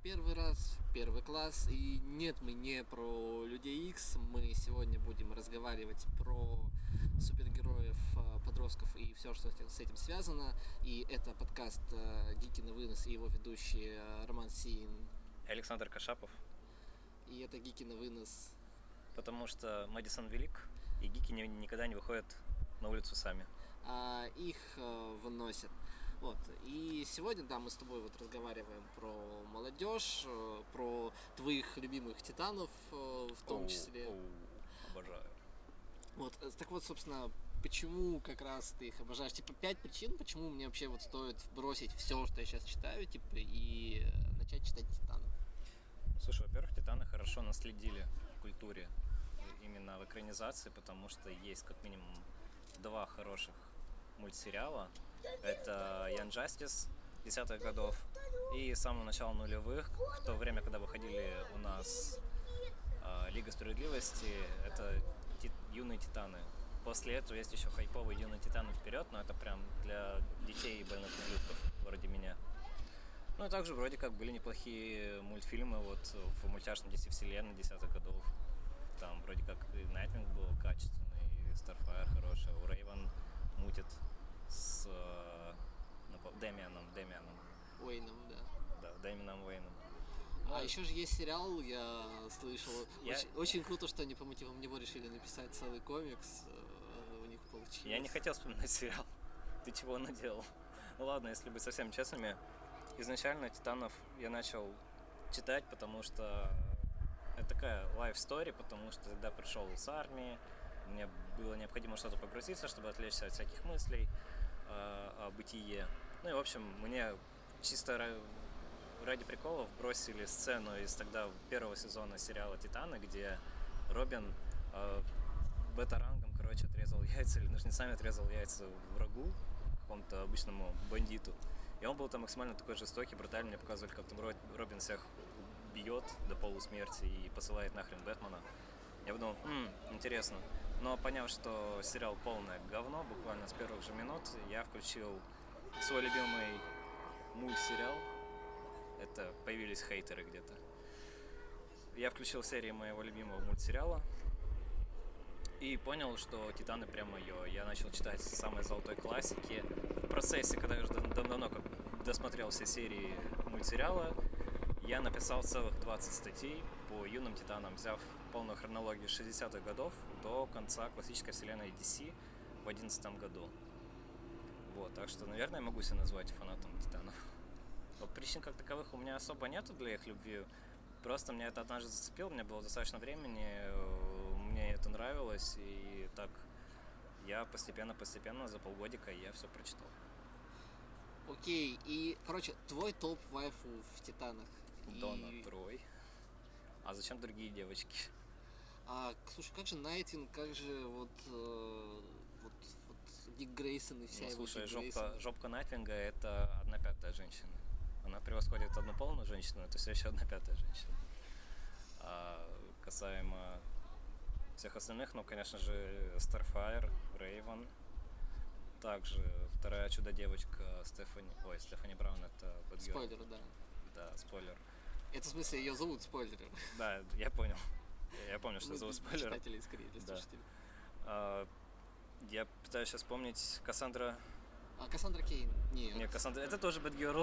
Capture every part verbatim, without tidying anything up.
первый раз, первый класс. И нет, мы не про Людей Икс. Мы сегодня будем разговаривать про супергероев, подростков и все, что с этим связано. И это подкаст «Гики на вынос» и его ведущий Роман Сиин. Александр Кашапов. И это «Гики на вынос». Потому что Мэдисон велик, и гики не, никогда не выходят на улицу сами. А их э, выносят. Вот. И сегодня, да, мы с тобой вот разговариваем про молодежь, э, про твоих любимых титанов э, в том оу, числе. Оу, обожаю. Вот. Так вот, собственно, почему как раз ты их обожаешь? Типа, пять причин, почему мне вообще вот стоит бросить все, что я сейчас читаю, типа, и начать читать Титанов. Слушай, во-первых, Титаны хорошо наследили в культуре, именно в экранизации, потому что есть как минимум два хороших мультсериала. Это Young Justice десятых годов и с самого начала нулевых, в то время, когда выходили у нас э, Лига Справедливости, это ти- Юные Титаны. После этого есть еще хайповые Юные Титаны вперед, но это прям для детей и больных ублюдков, вроде меня. Ну и также вроде как были неплохие мультфильмы вот в мультяшном ди си вселенной десятых годов. Там вроде как и Найтвинг был качественный, и Starfire хорошая, у Рейвен мутит с э, Дэмианом, Дэмианом. Уэйном, да. Да, Дэмианом Уэйном. А ну, еще же есть сериал, я слышал. Я... Очень, очень круто, что они по мотивам него решили написать целый комикс. У них получилось. Я не хотел вспоминать сериал. Ты чего наделал? Ну ладно, если быть совсем честными, изначально Титанов я начал читать, потому что это такая life story, потому что когда пришел с армии, мне было необходимо что-то погрузиться, чтобы отвлечься от всяких мыслей э, о бытие. Ну и, в общем, мне чисто ради приколов бросили сцену из тогда первого сезона сериала «Титаны», где Робин э, бета-рангом, короче, отрезал яйца, или ножницами отрезал яйца врагу, какому-то обычному бандиту. И он был там максимально такой жестокий, брутальный. Мне показывали, как там Робин всех бьет до полусмерти и посылает нахрен Бэтмена. Я подумал, хм, интересно. Но поняв, что сериал полное говно, буквально с первых же минут, я включил свой любимый мультсериал. Это появились хейтеры где-то. Я включил серии моего любимого мультсериала и понял, что Титаны прям мое. Я начал читать самые золотой классики. В процессе, когда я уже давно как досмотрел все серии мультсериала, я написал целых двадцать статей по юным Титанам, взяв полную хронологию с шестидесятых годов до конца классической вселенной ди си в одиннадцатом году. Вот, так что, наверное, я могу себя назвать фанатом Титанов. Вот причин как таковых у меня особо нету для их любви. Просто меня это однажды зацепило, у меня было достаточно времени, мне это нравилось, и так я постепенно-постепенно за полгодика я все прочитал. Окей, и, короче, твой топ вайфу в Титанах? Дона и... Трой. А зачем другие девочки? А, слушай, как же Найтвинг, как же вот, э, вот, вот Дик Грейсон и вся ну, его слушай, Дик жопка, Грейсон. жопка Найтвинга — это одна пятая женщина. Она превосходит одну полную женщину, это все еще одна пятая женщина. А касаемо всех остальных, ну, конечно же, Starfire, Рейвен. Также вторая чудо-девочка Стефани... Ой, Стефани Браун — это Бэтгерл. Спойлер, да. Да, спойлер. Это в смысле ее зовут Спойлер. Да, я понял. Я помню, что зовут Спойлер. Читатели скорее, для слушателей. А, я пытаюсь сейчас вспомнить Кассандра... А Кассандра Кейн? Нет. Нет, Кассандра... Это тоже Бэтгерл.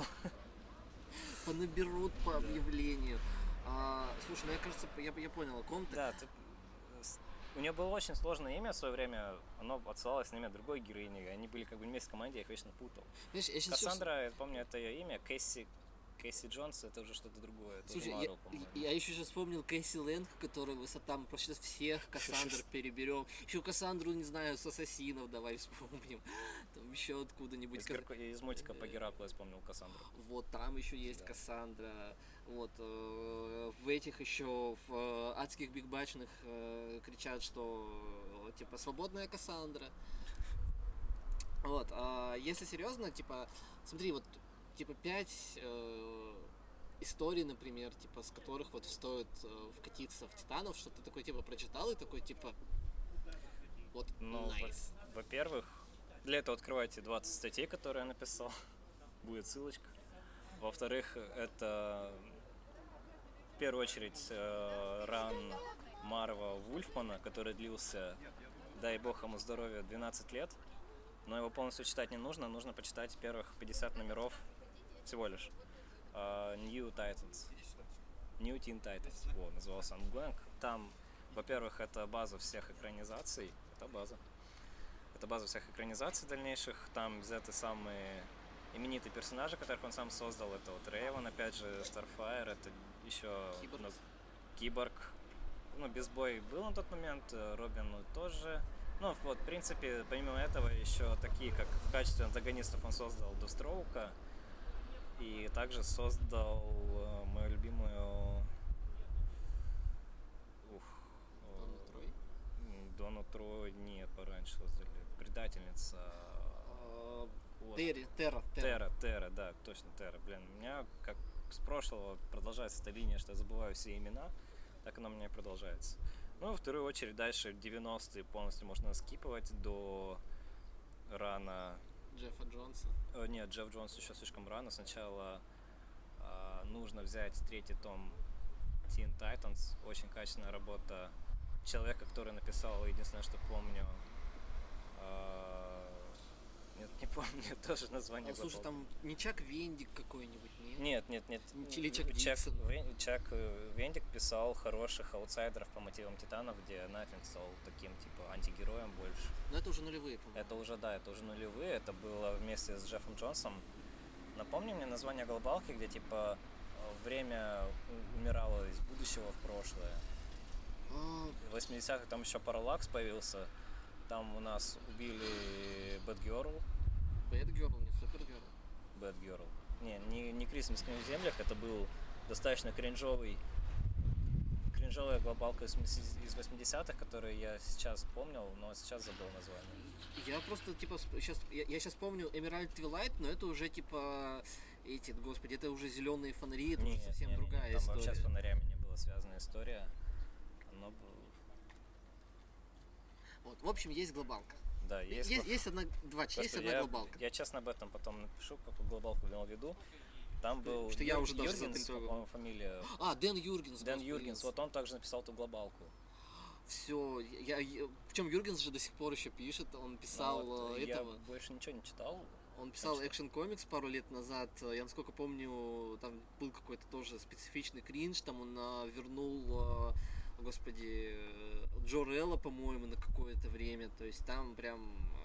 Понаберут по объявлению. А, слушай, ну я, кажется, я, я понял, о ком ты. Да, ты... У нее было очень сложное имя в свое время, оно отсылалось на имя другой героини, они были как бы вместе в команде, я их вечно путал. Знаешь, я Кассандра, я помню, это ее имя, Кэсси, Кэсси Джонс, это уже что-то другое, это Слушай, Марвел, я, по-моему. я еще сейчас вспомнил Кэсси Лэнг, которая высота, мы просто сейчас всех Кассандр переберем. Еще Кассандру, не знаю, с Ассасинов давай вспомним. Там еще откуда-нибудь. Из, Герку... из мультика по Гераклу я вспомнил Кассандру. Вот там еще есть да. Кассандра. Вот э, в этих еще в э, адских бигбачных э, кричат, что э, типа свободная Кассандра. Вот, а если серьезно, типа, смотри, вот типа пять э, историй, например, типа, с которых вот стоит э, вкатиться в Титанов, что ты такой типа прочитал и такой типа вот ну, nice. во- во-первых, для этого открывайте двадцать статей, которые я написал, будет ссылочка. Во-вторых, это в первую очередь э, ран Марва Вульфмана, который длился, дай бог ему здоровья, двенадцать лет. Но его полностью читать не нужно, нужно почитать первых пятьдесят номеров всего лишь. Uh, New Titans. New Teen Titans. Во, назывался он Ongoing. Там, во-первых, это база всех экранизаций. Это база. Это база всех экранизаций дальнейших. Там взяты самые именитые персонажи, которых он сам создал. Это вот Рейвен, опять же, Starfire, это еще Киборг. Киборг. Ну, Безбой был на тот момент, Робин тоже. Ну, вот, в принципе, помимо этого, еще такие, как в качестве антагонистов он создал Дестроука. И также создал э, мою любимую... Ух... Дону Трой? Дону Трой, нет, пораньше создали. Предательница... Вот. Терри, Терра, Терра. Терра, да, точно Терра. Блин, у меня как с прошлого продолжается эта линия, что я забываю все имена, так она у меня и продолжается. Ну, во вторую очередь, дальше девяностые полностью можно скипывать до рана... Джеффа Джонса. О, нет, Джефф Джонс еще слишком рано. Сначала э, нужно взять третий том Teen Titans. Очень качественная работа человека, который написал, единственное, что помню... Э, нет, не помню тоже название. А, слушай, там не Чак Вендик какой-нибудь, нет? Нет, нет, нет. Или Чак Чак, Диксон. Чак Вендик писал хороших аутсайдеров по мотивам Титанов, где Нафинг стал таким, типа, антигероем больше. Но это уже нулевые, по-моему. Это уже, да, это уже нулевые. Это было вместе с Джеффом Джонсом. Напомни мне название глобалки, где, типа, время умирало из будущего в прошлое. А... В восьмидесятых там еще Параллакс появился. Там у нас убили Бэтгерл. Бэтгерл, не Супергерл. Бэтгерл. Не, не, не Крис в Миских землях, это был достаточно кринжовый, кринжовая глобалка из восьмидесятых, которую я сейчас помнил, но сейчас забыл название. Я просто, типа, сейчас, я, я сейчас помню Emerald Twilight, но это уже, типа, эти, господи, это уже зеленые фонари, это не, уже совсем не, не, другая там история. Там вообще с фонарями не была связана история. Но... Вот, в общем, есть глобалка. Да, есть. Есть, есть одна, два, Господи, есть одна я, глобалка. Я честно об этом потом напишу, какую глобалку имел в виду. Там был что Юр, я уже Юргенс, по-моему, фамилия. А, Дэн Юргенс. Дэн Юргенс, вот он также написал эту глобалку. Все, я, я, причем Юргенс же до сих пор еще пишет, он писал ну, вот, этого. Я больше ничего не читал. Он писал экшен комикс пару лет назад. Я насколько помню, там был какой-то тоже специфичный кринж, там он вернул, господи, Джо Релла, по-моему, на какое-то время. То есть там прям.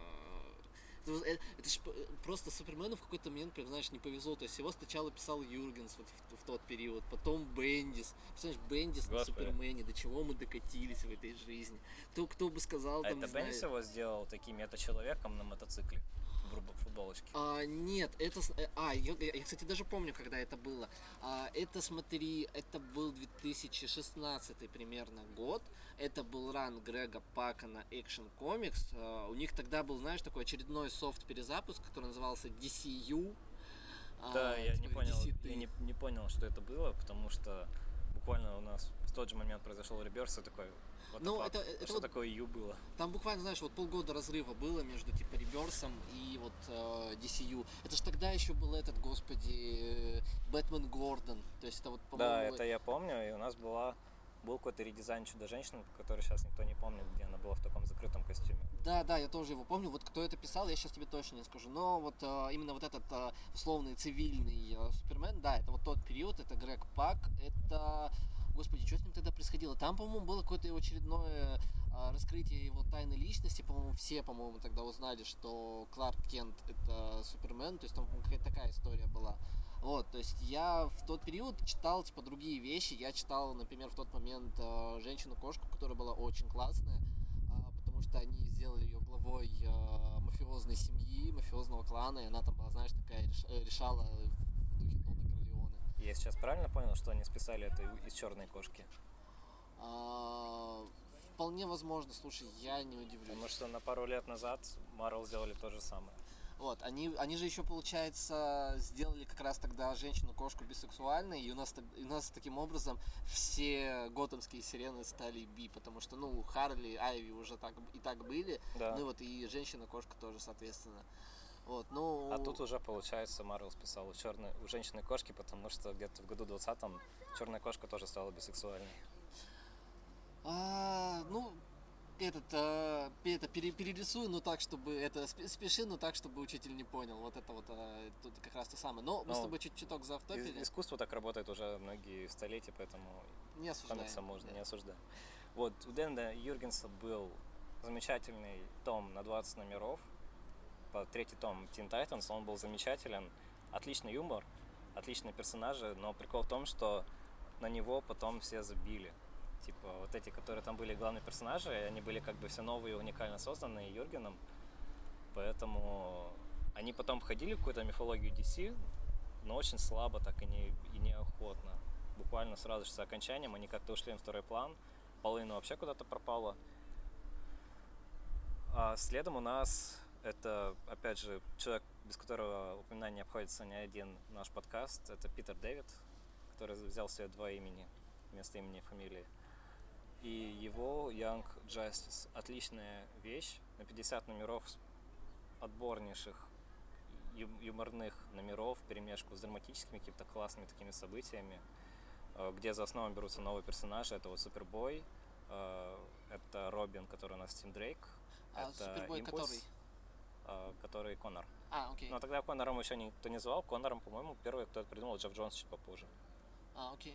Это, это же просто Супермену в какой-то момент, прям, знаешь, не повезло. То есть его сначала писал Юргенс вот в, в тот период, потом Бендис. Представляешь, Бендис на Супермене, до чего мы докатились в этой жизни. Кто, кто бы сказал, а там, это не Бендис знаю... его сделал таким мета-человеком на мотоцикле? В футболочке. А, нет, это... А, я, я, кстати, даже помню, когда это было. А, это, смотри, это был две тысячи шестнадцатый примерно год. Это был ран Грега Пака на Action Comics. А, у них тогда был, знаешь, такой очередной софт-перезапуск, который назывался ди си ю. Да, а, я не понял, ди си три. я не, не понял, что это было, потому что буквально у нас в тот же момент произошел реберс, и такой... Ну, это, это что вот, такое Ю было? Там буквально, знаешь, вот полгода разрыва было между типа Реберсом и вот э, ди си ю. Это ж тогда еще был этот, господи, Бэтмен Гордон. То есть это вот, по-моему... Да, это я помню, и у нас была, был какой-то редизайн Чудо-женщины, который сейчас никто не помнит, где она была в таком закрытом костюме. Да, да, я тоже его помню. Вот кто это писал, я сейчас тебе точно не скажу. Но вот э, именно вот этот э, условный цивильный э, Супермен, да, это вот тот период, это Грег Пак, это... Господи, что с ним тогда происходило? Там, по-моему, было какое-то его очередное а, раскрытие его тайной личности. По-моему, все, по-моему, тогда узнали, что Кларк Кент — это Супермен. То есть там какая-то такая история была. Вот, то есть я в тот период читал, типа, другие вещи. Я читал, например, в тот момент а, «Женщину-кошку», которая была очень классная, а, потому что они сделали ее главой а, мафиозной семьи, мафиозного клана, и она там была, знаешь, такая, решала в духе Дона Корлеоне. Я сейчас правильно понял, что они списали это из «Черной кошки»? А, вполне возможно, слушай, я не удивлюсь. Потому что на пару лет назад Marvel сделали то же самое. Вот, они, они же еще, получается, сделали как раз тогда женщину-кошку бисексуальной, и у нас, и у нас таким образом все готэмские сирены стали би, потому что, ну, Харли, Айви уже так и так были, да. Ну вот и женщина-кошка тоже, соответственно. Вот, ну... А тут уже, получается, Марвел списал у, черной, у женщины кошки, потому что где-то в году двадцатом черная кошка тоже стала бисексуальной. А, ну, этот, а, это пере, перерисую, но так, чтобы это спеши, но так, чтобы учитель не понял. Вот это вот а, тут как раз то самое. Но мы ну, с тобой чуть-чуток заавтопили. Искусство так работает уже многие столетия, поэтому не осуждаем, можно да. не осуждать. Вот у Дэна Юргенса был замечательный том на двадцать номеров. Третий том Teen Titans, он был замечателен, отличный юмор, отличные персонажи, но прикол в том, что на него потом все забили. Типа вот эти, которые там были главные персонажи, они были как бы все новые, уникально созданные Юргеном, поэтому они потом входили в какую-то мифологию ди си, но очень слабо, так и, не, и неохотно. Буквально сразу же с окончанием они как-то ушли на второй план, половина вообще куда-то пропала. А следом у нас... Это, опять же, человек, без которого упоминания не обходится ни один наш подкаст. Это Питер Дэвид, который взял себе два имени вместо имени и фамилии. И его Young Justice. Отличная вещь. На пятьдесят номеров отборнейших юморных номеров в перемешку с драматическими какими-то классными такими событиями, где за основу берутся новые персонажи. Это вот Супербой, это Робин, который у нас Тим Дрейк. А это Супербой Импульс, который? который Коннор. А, окей. Но тогда Коннором еще никто не звал. Коннором, по-моему, первый, кто это придумал, Джефф Джонс чуть попозже. А, окей.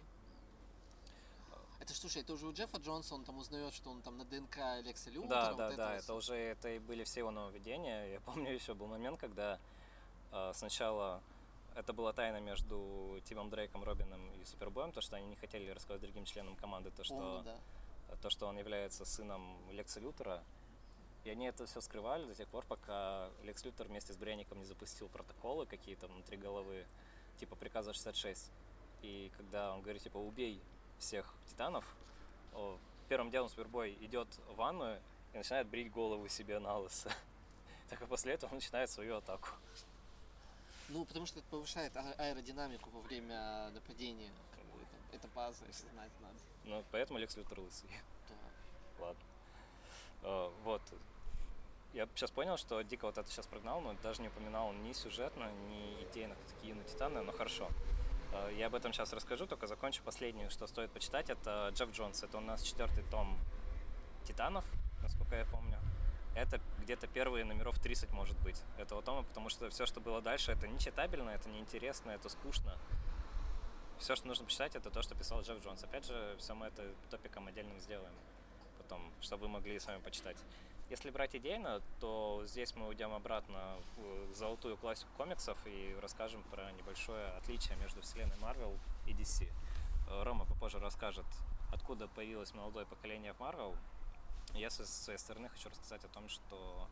Это, слушай, это уже у Джеффа Джонса, он там узнает, что он там на ДНК Лекса Лютера. Да, вот да, это да, вот это уже, это и были все его нововведения. Я помню, еще был момент, когда э, сначала это была тайна между Тимом Дрейком, Робином и Супербоем, то, что они не хотели рассказать другим членам команды, то, что, Помню, да. то, что он является сыном Лекса Лютера. И они это все скрывали до тех пор, пока Лекс Лютер вместе с Брейником не запустил протоколы какие-то внутри головы, типа приказа шестьдесят шесть. И когда он говорит, типа, убей всех титанов, о, первым делом Супербой идет в ванную и начинает брить голову себе на лысо. Так и после этого он начинает свою атаку. Ну, потому что это повышает а- аэродинамику во время нападения. Как бы, это, это база, если знать надо. Ну, поэтому Лекс Лютер лысый. Да. Ладно. Uh, вот. Я сейчас понял, что дико вот это сейчас прогнал, но даже не упоминал ни сюжетно, ни идейно, такие юные титаны, но хорошо. Uh, я об этом сейчас расскажу, только закончу последнее, что стоит почитать. Это Джефф Джонс. Это у нас четвертый том Титанов, насколько я помню. Это где-то первые номеров тридцать, может быть, этого тома, потому что все, что было дальше, это не читабельно, это неинтересно, это скучно. Все, что нужно почитать, это то, что писал Джефф Джонс. Опять же, все мы это топиком отдельным сделаем потом, чтобы вы могли с вами почитать. Если брать идейно, то здесь мы уйдем обратно в золотую классику комиксов и расскажем про небольшое отличие между вселенной Marvel и ди си. Рома попозже расскажет, откуда появилось молодое поколение в Marvel. Я со своей стороны хочу рассказать о том, что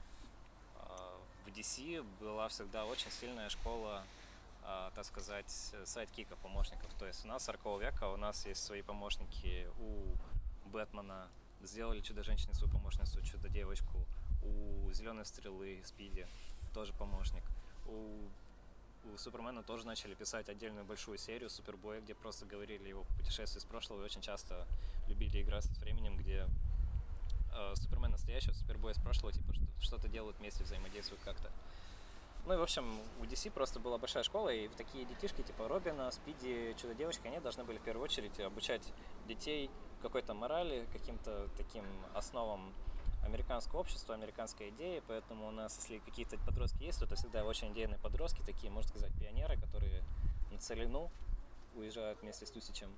в ди си была всегда очень сильная школа, так сказать, сайдкиков, помощников. То есть у нас с сорокового века у нас есть свои помощники у Бэтмена, сделали Чудо-женщине свою помощницу, Чудо-девочку, у Зеленой Стрелы, Спиди, тоже помощник. У, у Супермена тоже начали писать отдельную большую серию Супербоя, где просто говорили его путешествия из прошлого, и очень часто любили играть с временем, где э, Супермен настоящий, Супербой из прошлого, типа что-то делают вместе, взаимодействуют как-то. Ну и в общем, у ди си просто была большая школа, и такие детишки типа Робина, Спиди, Чудо-девочки, они должны были в первую очередь обучать детей какой-то морали, каким-то таким основам американского общества, американской идеи, поэтому у нас, если какие-то подростки есть, то это всегда очень идейные подростки, такие, можно сказать, пионеры, которые на целину уезжают вместе с Тусичем.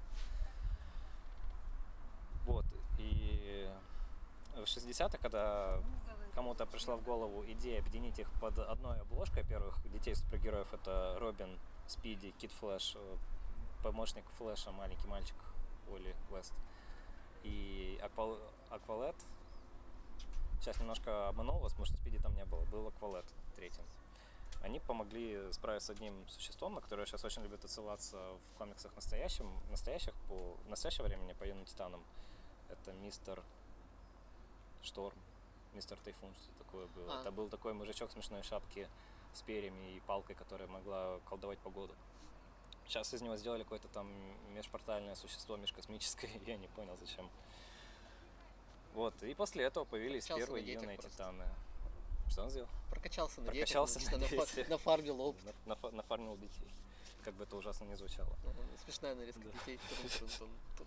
Вот, и в шестидесятых, когда кому-то пришла в голову идея объединить их под одной обложкой, первых детей-супергероев, это Робин, Спиди, Кид Флэш, помощник Флэша, маленький мальчик Уолли Вест, и Аквал... Аквалет. Сейчас немножко обманул вас, потому что Спиди там не было. Был Аквалет третьим. Они помогли справиться с одним существом, на которое сейчас очень любят отсылаться в комиксах настоящим, настоящих по, в настоящее времени по юным титанам. Это мистер Шторм, мистер Тайфун, что такое было. А. Это был такой мужичок в смешной шапке с перьями и палкой, которая могла колдовать погоду. Сейчас из него сделали какое-то там межпортальное существо, межкосмическое, я не понял зачем. Вот, и после этого появились первые юные титаны. Что он сделал? Прокачался на Прокачался детях, на нафа- детях. нафармил опыт. На, нафа- нафармил детей. Как бы это ужасно не звучало. Ага, смешная нарезка Да. детей. Трун-трун-трун.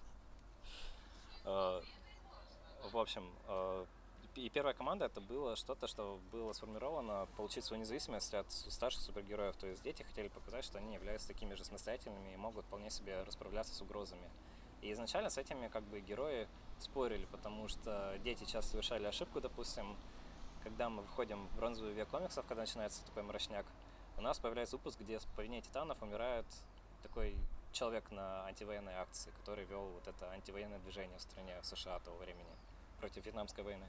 Э, В общем, э, и первая команда это было что-то, что было сформировано, получить свою независимость от старших супергероев. То есть дети хотели показать, что они являются такими же самостоятельными и могут вполне себе расправляться с угрозами. И изначально с этими как бы герои спорили, потому что дети часто совершали ошибку, допустим, когда мы входим в бронзовый век комиксов, когда начинается такой мрачняк, у нас появляется выпуск, где по вине титанов умирает такой человек на антивоенной акции, который вел вот это антивоенное движение в стране, в США того времени, против Вьетнамской войны.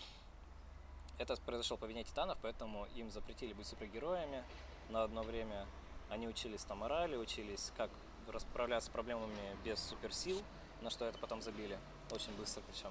Это произошло по вине титанов, поэтому им запретили быть супергероями на одно время. Они учились там морали, учились, как расправляться с проблемами без суперсил, на что это потом забили, очень быстро причем.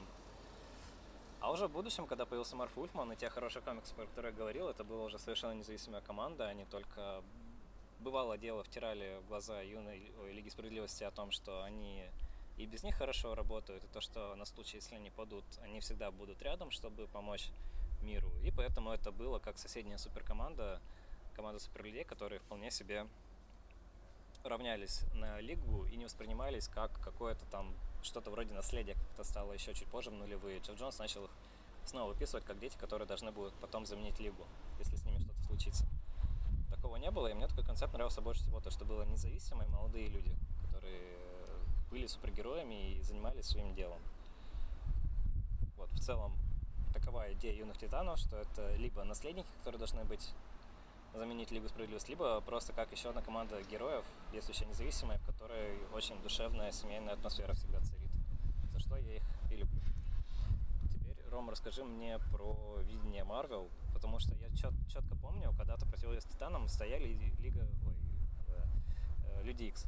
А уже в будущем, когда появился Марв Ульфман и те хорошие комиксы, про которые я говорил, это была уже совершенно независимая команда, они только бывало дело втирали в глаза юной ой, Лиги Справедливости о том, что они и без них хорошо работают, и то, что на случай, если они падут, они всегда будут рядом, чтобы помочь миру. И поэтому это было как соседняя суперкоманда, команда суперлюдей, которые вполне себе равнялись на Лигу и не воспринимались как какое-то там что-то вроде наследия, как это стало еще чуть позже в нулевые. Джефф Джонс начал их снова выписывать как дети, которые должны будут потом заменить Лигу, если с ними что-то случится. Такого не было, и мне такой концепт нравился больше всего, то, что было независимые молодые люди, которые были супергероями и занимались своим делом. Вот, в целом, такова идея Юных Титанов, что это либо наследники, которые должны быть заменить Лигу Справедливости, либо просто как еще одна команда героев, действующая независимая, в которой очень душевная семейная атмосфера всегда царит. За что я их и люблю. Теперь, Ром, расскажи мне про видение Марвел, потому что я чет- четко помню, когда-то противовес Титанам стояли Лига, ой, э, э, Люди Икс.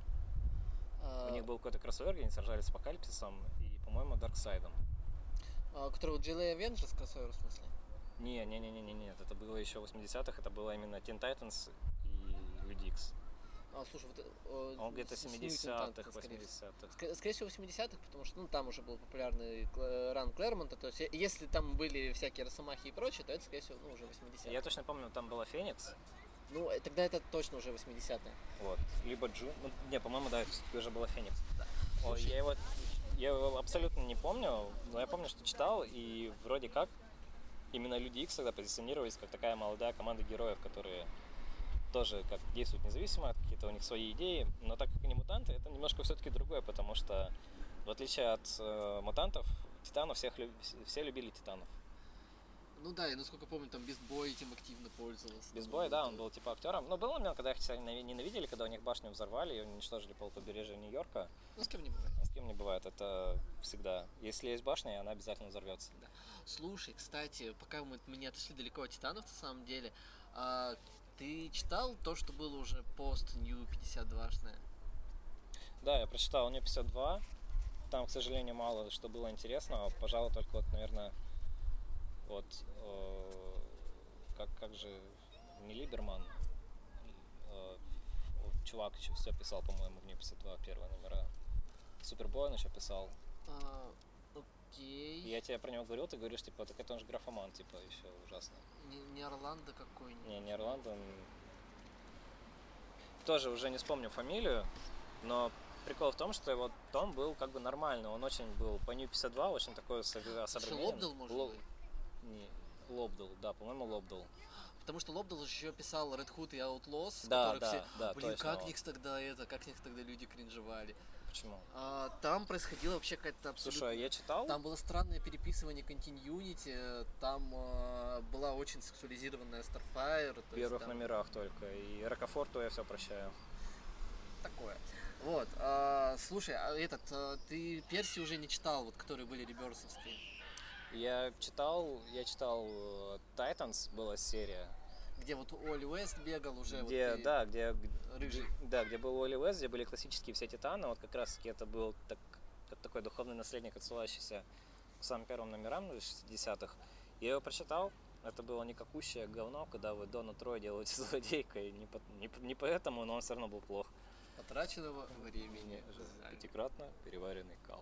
У них был какой-то кроссовер, где они сражались с Апокалипсисом и, по-моему, Дарксайдом. А, который вот джи эл эй Avengers кроссовер, в смысле? Не, не, не, не, не, нет, это было еще в восьмидесятых, это было именно Teen Titans и Люди Икс. А, слушай, вот э, Он где-то с- с New семидесятых, Mutants, скорее всего. восьмидесятых. Ск- Скорее всего, восьмидесятых, потому что ну, там уже был популярный Кл- ран Клэрмонта. То есть, е- если там были всякие Росомахи и прочее, то это, скорее всего, ну, уже восьмидесятые. Я точно помню, там была Феникс, Ну, э, тогда это точно уже восьмидесятые. вот, либо Джун, ну, не, по-моему, да, это всё-таки уже была Феникс. Да. Ой, Слушай, я его, я его абсолютно не помню, но я помню, что читал, и вроде как именно Люди Икс тогда позиционировались как такая молодая команда героев, которые тоже как действуют независимо, какие-то у них свои идеи, но так как они мутанты, это немножко все-таки другое, потому что в отличие от э, мутантов, титанов всех люб- все любили титанов. ну да, я насколько помню, там Бестбой этим активно пользовался. Безбой, да, он был типа актером. Но был момент, когда их кстати, ненавидели, когда у них башню взорвали и уничтожили пол побережья Нью-Йорка. Ну, с кем не бывает. А с кем не бывает, это всегда. Если есть башня, она обязательно взорвется. Да. Слушай, кстати, пока мы, мы не отошли далеко от Титанов, на самом деле, а, ты читал то, что было уже пост Нью пятьдесят два-шное? Да, я прочитал Нью пятьдесят два. Там, к сожалению, мало что было интересного. Пожалуй, только вот, наверное, вот э, как, как же не Либерман, э, чувак еще все писал, по-моему, в Нью пятьдесят два первые номера. Супербой он еще писал. А, окей. И я тебе про него говорил, ты говоришь, типа, так это он же графоман, типа, еще ужасно. Не, не Орландо какой-нибудь. Не, не Орландо. Тоже уже не вспомню фамилию, но прикол в том, что вот Том был как бы нормальный, он очень был по Нью пятьдесят два, очень такой современный. Лобдал, может Лоб... быть? Не, Лобдал, да, по-моему, Лобдал. Потому что Лобдал еще писал Red Hood и Outlaws, Да, которых да, все... да, Блин, точно, как вот. них тогда это, как них тогда люди кринжевали. Почему? А, там происходила вообще какая-то абсолютно... Слушай, я читал. Там было странное переписывание континьюнити, там э, была очень сексуализированная Starfire. В первых там... номерах только. И Рокофорту я все прощаю. Такое. Вот. А, слушай, а этот, а, ты Перси уже не читал, вот которые были реберсовские? Я читал, я читал uh, Titans, была серия. Где вот Уолли Уэст бегал уже. Где, вот, и... да, где, Рыжий. где, да, где был Уолли Уэст, где были классические все титаны, вот как раз таки это был так, такой духовный наследник, отсылающийся к самым первым номерам шестидесятых. Я его прочитал, это было никакущее говно, когда вы Дону Трой делаете злодейкой, не, по, не, не поэтому, но он все равно был плох. Потраченного времени. Пятикратно переваренный кал.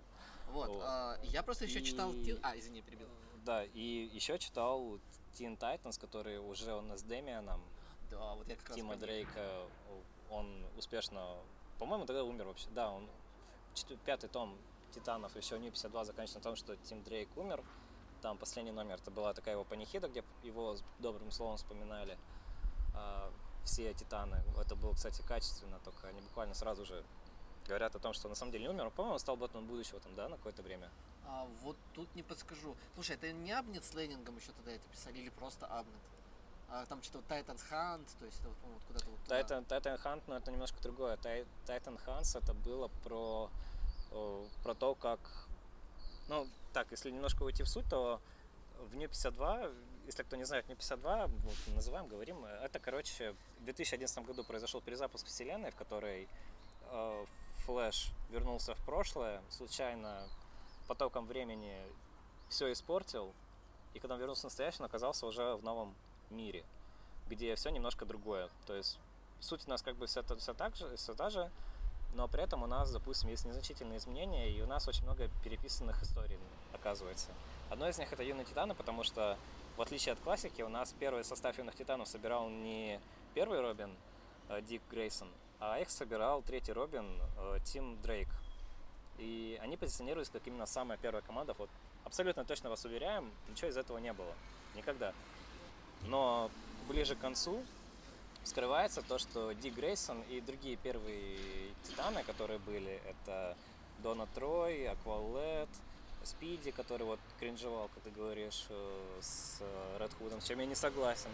Вот, Вот. а, я просто еще И- читал... Teen- А, извини, перебил. Да, и еще читал Teen Titans, который уже у нас с Дэмианом, Да, вот я как раз Тима про них. Дрейка, он успешно, по-моему, тогда умер вообще. Да, он чет- пятый том Титанов, еще Нью пятьдесят два заканчивается на том, что Тим Дрейк умер. Там последний номер, это была такая его панихида, где его с добрым словом вспоминали а, все Титаны. Это было, кстати, качественно, только они буквально сразу же говорят о том, что на самом деле не умер. По-моему, он стал Бэтменом будущего там, да, на какое-то время. А, вот тут не подскажу. Слушай, это не Абнет с Лейнингом еще тогда это писали, или просто Абнет? А, там что-то Titans Hunt, то есть это, вот, по-моему, вот куда-то вот туда. Тайтан, Тайтан Хант, но это немножко другое. Тай- Тайтан Хантс это было про, о, про то, как... Ну, так, если немножко уйти в суть, то в Нью пятьдесят два, если кто не знает, Нью пятьдесят два, вот, называем, говорим, это, короче, в две тысячи одиннадцатом году произошел перезапуск вселенной, в которой э, Флэш вернулся в прошлое, случайно потоком времени все испортил, и когда он вернулся в настоящее, он оказался уже в новом мире, где все немножко другое. То есть суть у нас как бы все, все, так же, все та же, но при этом у нас, допустим, есть незначительные изменения, и у нас очень много переписанных историй, оказывается. Одно из них это Юные Титаны, потому что, в отличие от классики, у нас первый состав Юных Титанов собирал не первый Робин, э, Дик Грейсон, а их собирал третий Робин, э, Тим Дрейк. И они позиционировались как именно самая первая команда. Вот абсолютно точно вас уверяем, ничего из этого не было. Никогда. Но ближе к концу скрывается то, что Дик Грейсон и другие первые Титаны, которые были, это Дона Трой, Аквалет, Спиди, который вот кринжевал, как ты говоришь, э, с Ред Худом, с чем я не согласен.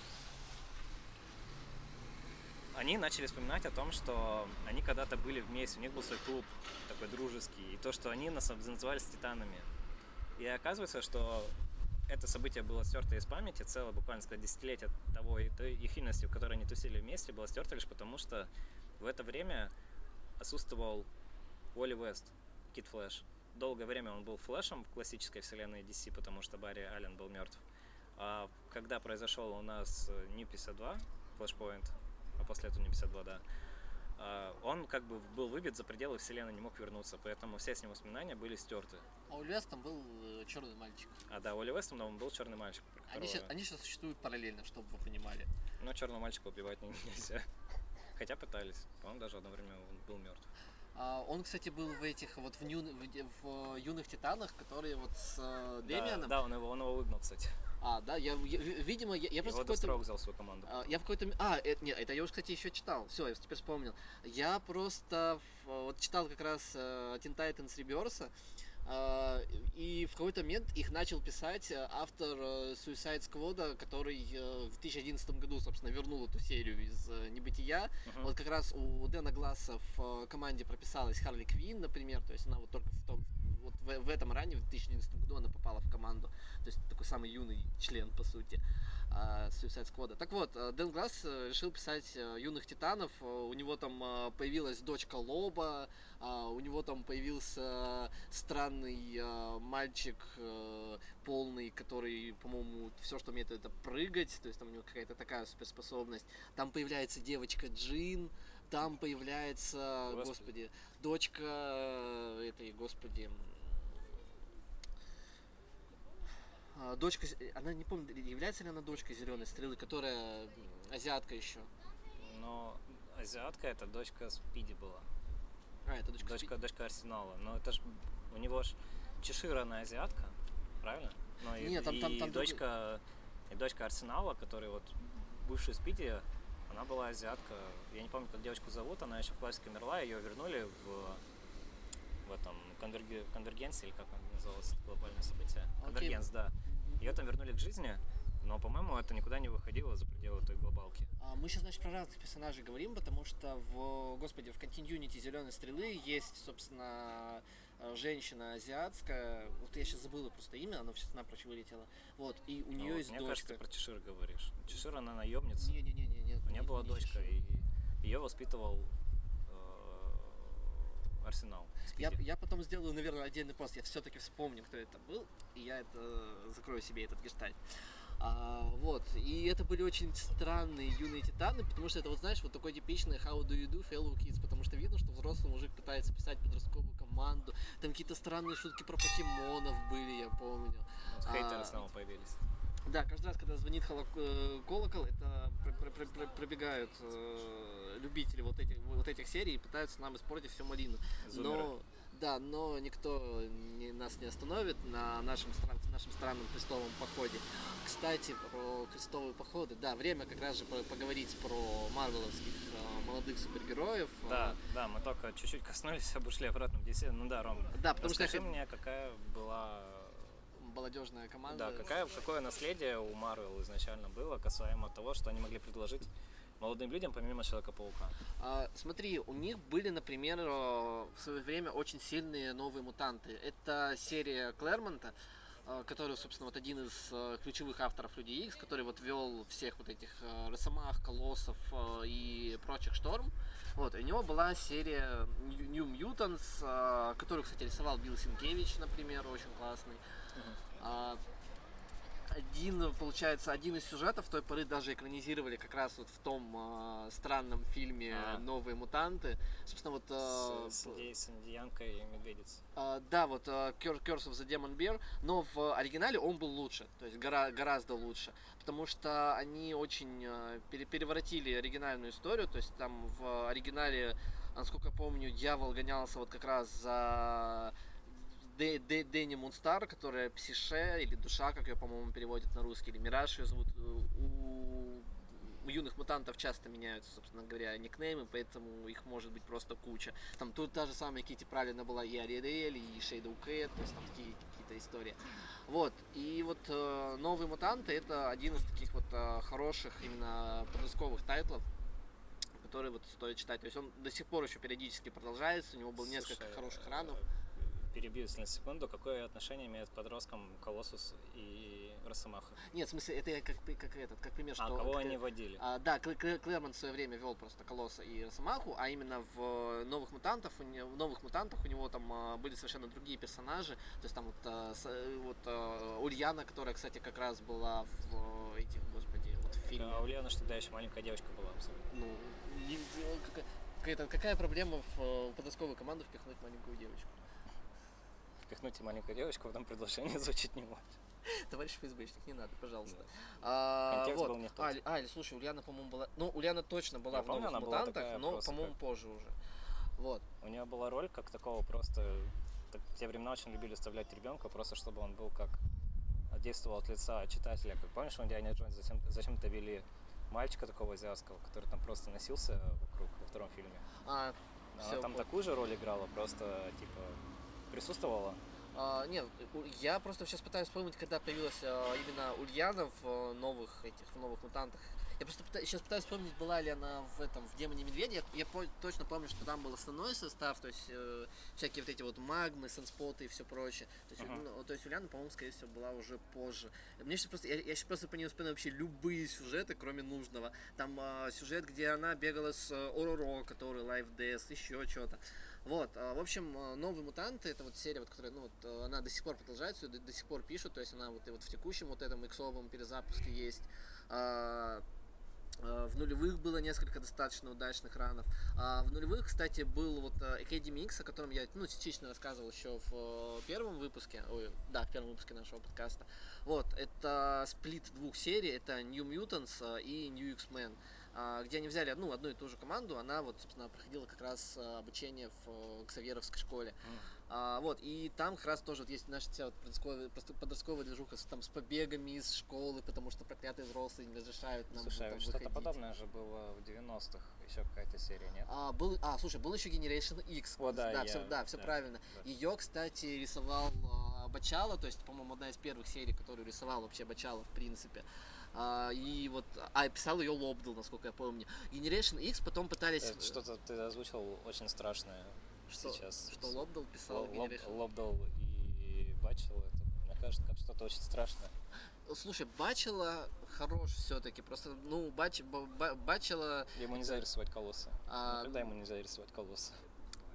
Они начали вспоминать о том, что они когда-то были вместе, у них был свой клуб такой дружеский, и то, что они нас назывались Титанами. И оказывается, что это событие было стерто из памяти, целое буквально сказать, десятилетие того и той их юности, в которой они тусили вместе, было стерто лишь потому, что в это время отсутствовал Уолли Вест, Кид Флэш. Долгое время он был Флэшем в классической вселенной ди си, потому что Барри Аллен был мертв. А когда произошел у нас Нью пятьдесят два, Flashpoint, а после этого Нью пятьдесят два, да, он как бы был выбит за пределы вселенной, не мог вернуться, поэтому все с ним воспоминания были стерты. А у Вестом был э, черный мальчик. А да, у Уолли Вестом, но он был черный мальчик. Они которого... сейчас, они сейчас существуют параллельно, чтобы вы понимали. Но черного мальчика убивать нельзя. Хотя пытались. По-моему, даже одно время он был мертв. А, он, кстати, был в этих вот в, ню, в, в Юных Титанах, которые вот с э, Дэмианом. Да, да, он его, он его выгнал, кстати. А, да, я, я видимо, я, я просто Его Дестрок взял свою команду. А, я в какой-то... А, это, нет, это я уже, кстати, еще читал. Все, я теперь вспомнил. Я просто в, вот читал как раз uh, Teen Titans Rebirth, uh, и в какой-то момент их начал писать автор uh, Suicide Squad, который uh, в две тысячи одиннадцатом году, собственно, вернул эту серию из uh, небытия. Uh-huh. Вот как раз у Дэна Гласса в uh, команде прописалась Харли Квинн, например, то есть она вот только в том... Вот в, в этом ране, в две тысячи одиннадцатом году она попала в команду. То есть такой самый юный член, по сути, uh, Suicide Squad. Так вот, uh, Дэн Гласс uh, решил писать uh, Юных Титанов. Uh, у него там uh, появилась дочка Лоба, uh, у него там появился uh, странный uh, мальчик uh, полный, который, по-моему, все, что умеет, это прыгать. То есть там у него какая-то такая суперспособность. Там появляется девочка Джин. Там появляется, господи, господи дочка этой, господи, дочка, она не помню, является ли она дочкой Зеленой Стрелы, которая азиатка еще. Но азиатка это дочка Спиди была. А, это дочка Дочка, Спиди? Дочка Арсенала. Но это ж у него ж Чешира, она азиатка, правильно? Но Нет, и, там, там, и там дочка, и дочка Арсенала, который вот бывший Спиди, она была азиатка. Я не помню, как девочку зовут, она еще в классике умерла, ее вернули в, в этом конверги, конвергенции, или как она называлась, глобальное событие. Okay. Конвергенс, да. Ее там вернули к жизни, но, по-моему, это никуда не выходило за пределы той глобалки. А мы сейчас, значит, про разных персонажей говорим, потому что в, господи, в Continuity Зеленой Стрелы есть, собственно, женщина азиатская. Вот я сейчас забыла просто имя, она сейчас напрочь вылетела. Вот, и у нее ну, есть мне дочка. Мне кажется, ты про Чешир говоришь. Чешир, она наемница. Не-не-не, нет. У нее не, была не дочка, Чешир. и ее воспитывал э, Арсенал. Я, я потом сделаю, наверное, отдельный пост. Я все-таки вспомню, кто это был, и я это закрою себе этот гештальт. А, вот, и это были очень странные юные титаны, потому что это, вот знаешь, вот такой типичный how do you do fellow kids, потому что видно, что взрослый мужик пытается писать подростковую команду, там какие-то странные шутки про покемонов были, я помню. Вот хейтеры а, снова появились. Да, каждый раз, когда звонит колокол, это пробегают э, любители вот этих, вот этих серий и пытаются нам испортить всю малину. Зумеры. Но, да, но никто не, нас не остановит на нашем, стран, нашем странном крестовом походе. Кстати, про крестовые походы, да, время как раз же поговорить про марвеловских э, молодых супергероев. Да, да, мы только чуть-чуть коснулись, обошли обратно в ди си. Ну да, Ром, да, потому расскажи что мне, какая была... молодежная команда. Да, какая, какое наследие у Marvel изначально было касаемо того, что они могли предложить молодым людям помимо Человека-паука? А, смотри, у них были, например, в свое время очень сильные новые мутанты. Это серия Клэрмонта, который, собственно, вот один из ключевых авторов Люди Икс, который вот вел всех вот этих Росомах, Колоссов и прочих Шторм. Вот, и у него была серия New Mutants, которую, кстати, рисовал Билл Синкевич, например, очень классный. Uh-huh. Один, получается, один из сюжетов той поры даже экранизировали как раз вот в том э, странном фильме а. «Новые мутанты». Собственно, вот... Э, с, с, с индиянкой и медведицей. Э, да, вот э, Curse of the Demon Bear, но в оригинале он был лучше, то есть гора, гораздо лучше, потому что они очень э, переворотили оригинальную историю, то есть там в оригинале, насколько я помню, дьявол гонялся вот как раз за... Дэнни Мунстар, которая Псише, или Душа, как ее, по-моему, переводят на русский, или Мираж ее зовут. У, у юных мутантов часто меняются, собственно говоря, никнеймы, поэтому их может быть просто куча. Там тут та же самая Кити Пралина была и Ариэль, и Шейдоу Кэт, то есть там такие какие-то истории. Вот, и вот э, Новые мутанты — это один из таких вот э, хороших именно подростковых тайтлов, который вот стоит читать. То есть он до сих пор еще периодически продолжается, у него было несколько Слушай, хороших ранов. Перебью, если на секунду, какое отношение имеет к подросткам Колоссус и Росомаха? Нет, в смысле, это как, как этот, как пример, что... А кого как, они водили? А, да, Клэрмонт в свое время вел просто Колосса и Росомаху, а именно в Новых Мутантах, в Новых Мутантах у него там были совершенно другие персонажи. То есть там вот, вот Ульяна, которая, кстати, как раз была в этих, господи, вот в фильме. А Ульяна что тогда еще маленькая девочка была абсолютно. Ну, какая, какая проблема в подростковую команду впихнуть маленькую девочку? Впихнуть маленькую девочку в этом предложении звучит не может. Товарищ ФСБшник, не надо, пожалуйста. Да. А, Контекст вот. был не тот. А, а, слушай, Ульяна, по-моему, была... Ну, Ульяна точно была Я в помню, Новых Мутантах, но, по-моему, как... позже уже. Вот. У нее была роль как такого просто... Так, в те времена очень любили вставлять ребенка, просто чтобы он был как... действовал от лица читателя. Как помнишь, в Индиане Джонс зачем, зачем-то вели мальчика такого азиатского, который там просто носился вокруг во втором фильме. А, Она все, там вот. такую же роль играла, просто, типа, присутствовала. А, нет, я просто сейчас пытаюсь вспомнить, когда появилась а, именно Ульяна в новых этих, в новых мутантах. Я просто пытаюсь, сейчас пытаюсь вспомнить, была ли она в этом, в Демоне Медведя. Я, я по, точно помню, что там был основной состав, то есть э, всякие вот эти вот магмы, санспоты и все прочее. То есть, uh-huh. ну, то есть Ульяна, по-моему, скорее всего, была уже позже. Мне сейчас просто, я, я сейчас просто по ней вспоминаю вообще любые сюжеты, кроме нужного. Там э, сюжет, где она бегала с э, Ороро, который Life Death, еще что-то. Вот, в общем, Новые мутанты — это вот серия, вот, которая, ну, вот, она до сих пор продолжается, до, до сих пор пишут, то есть она вот и вот в текущем вот этом иксовом перезапуске есть. А, а, в нулевых было несколько достаточно удачных ранов. А в нулевых, кстати, был вот Academy X, о котором я, ну, частично рассказывал еще в первом выпуске, ой, да, в первом выпуске нашего подкаста. Вот, это сплит двух серий, это New Mutants и New X-Men, где они взяли одну, одну и ту же команду, она вот, собственно, проходила как раз обучение в Ксаверовской школе. Mm. А, вот, и там как раз тоже вот есть наша вся вот подростковая, подростковая движуха с, там, с побегами из школы, потому что проклятые взрослые не разрешают нам. Слушай, там, что-то выходить. Подобное же было в девяностых, еще какая-то серия, нет? А, был, а, слушай, был еще Generation X. О, да, да, я, все, да, все да, правильно. Да. Ее, кстати, рисовал а, Бачало, то есть, по-моему, одна из первых серий, которую рисовал вообще Бачало, в принципе. А, и вот, а, писал ее Лобдл, насколько я помню. Generation X потом пытались... Это что-то ты озвучил очень страшное что, сейчас. Что Лобдл писал Лоб, Generation? Лобдл и Бачело, это, мне кажется, как что-то очень страшное. Слушай, Бачело хорош все-таки, просто, ну, Бач, Бачело... Ему нельзя рисовать колосса. А, Никогда ему нельзя рисовать колосса.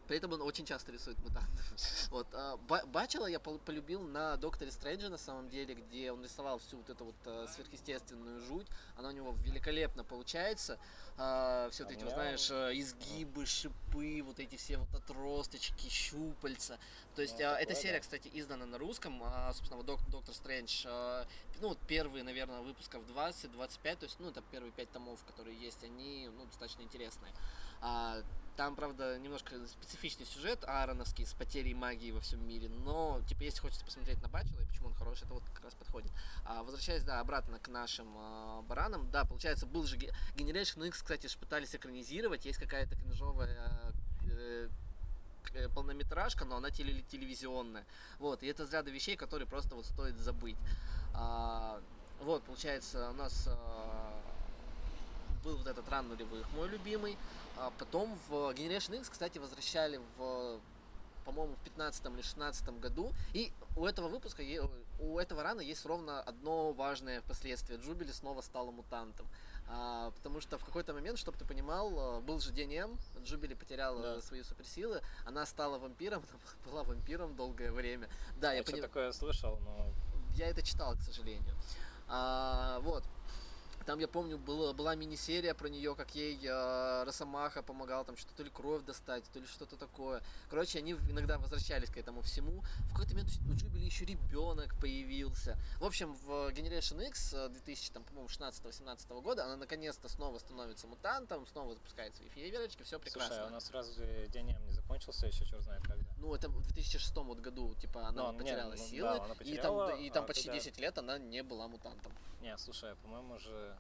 При этом он очень часто рисует мутантов. Вот. а, Ба- Бачела я пол- полюбил на Докторе Стрэнджа, на самом деле, где он рисовал всю вот эту вот а, сверхъестественную жуть. Она у него великолепно получается. Все вот А эти, у вот, меня- знаешь, а, изгибы, шипы, вот эти все вот отросточки, щупальца. То есть Ну, а, такое, эта серия, да. кстати, издана на русском. а, Собственно, вот Док- Доктор Стрэндж, а, ну, вот первые, наверное, выпусков двадцать-двадцать пять, то есть, ну, это первые пять томов, которые есть, они, ну, достаточно интересные. А, Там, правда, немножко специфичный сюжет аароновский с потерей магии во всем мире, но, типа, если хочется посмотреть на Бачела и почему он хороший, это вот как раз подходит. А, возвращаясь, да, обратно к нашим а, баранам, да, получается, был же Ге- Generation X, кстати, ж пытались экранизировать, есть какая-то кринжовая э, к- э, полнометражка, но она теле- телевизионная. Вот, и это из ряда вещей, которые просто вот стоит забыть. А, вот, получается, у нас а, был вот этот ран нулевых, мой любимый. А потом в Generation X, кстати, возвращали в, по-моему, в пятнадцатом или шестнадцатом году. И у этого выпуска, е- у этого рана есть ровно одно важное последствие. Джубили снова стала мутантом. А, потому что в какой-то момент, чтобы ты понимал, а, был же день М, Джубили потеряла Да. свои суперсилы, она стала вампиром, она была вампиром долгое время. Да, я, Я что пони- такое слышал, но я это читал, к сожалению. А, вот. Там, я помню, была, была мини-серия про нее, как ей э, Росомаха помогал там что-то то ли кровь достать, то ли что-то такое. Короче, они в- иногда возвращались к этому всему. В какой-то момент у Джубили еще ребенок появился. В общем, в Generation X э, две тысячи, там, по-моему, шестнадцатого-семнадцатого года она наконец-то снова становится мутантом, снова запускает свои фейерверочки, все прекрасно. слушай, а у нас разве день М не закончился еще, черт знает когда? Ну, это в две тысячи шестом вот году, типа, она Ну, вот не, потеряла ну, силы, да, она и там, потеряла, и там а почти когда- десять лет она не была мутантом. Не, слушай, по-моему же,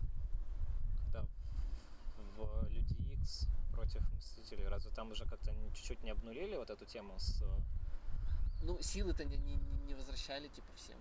когда в Люди Икс против Мстителей, разве там уже как-то не- чуть-чуть не обнулили вот эту тему с... э, Ну, силы-то не, не, не возвращали, типа, всем.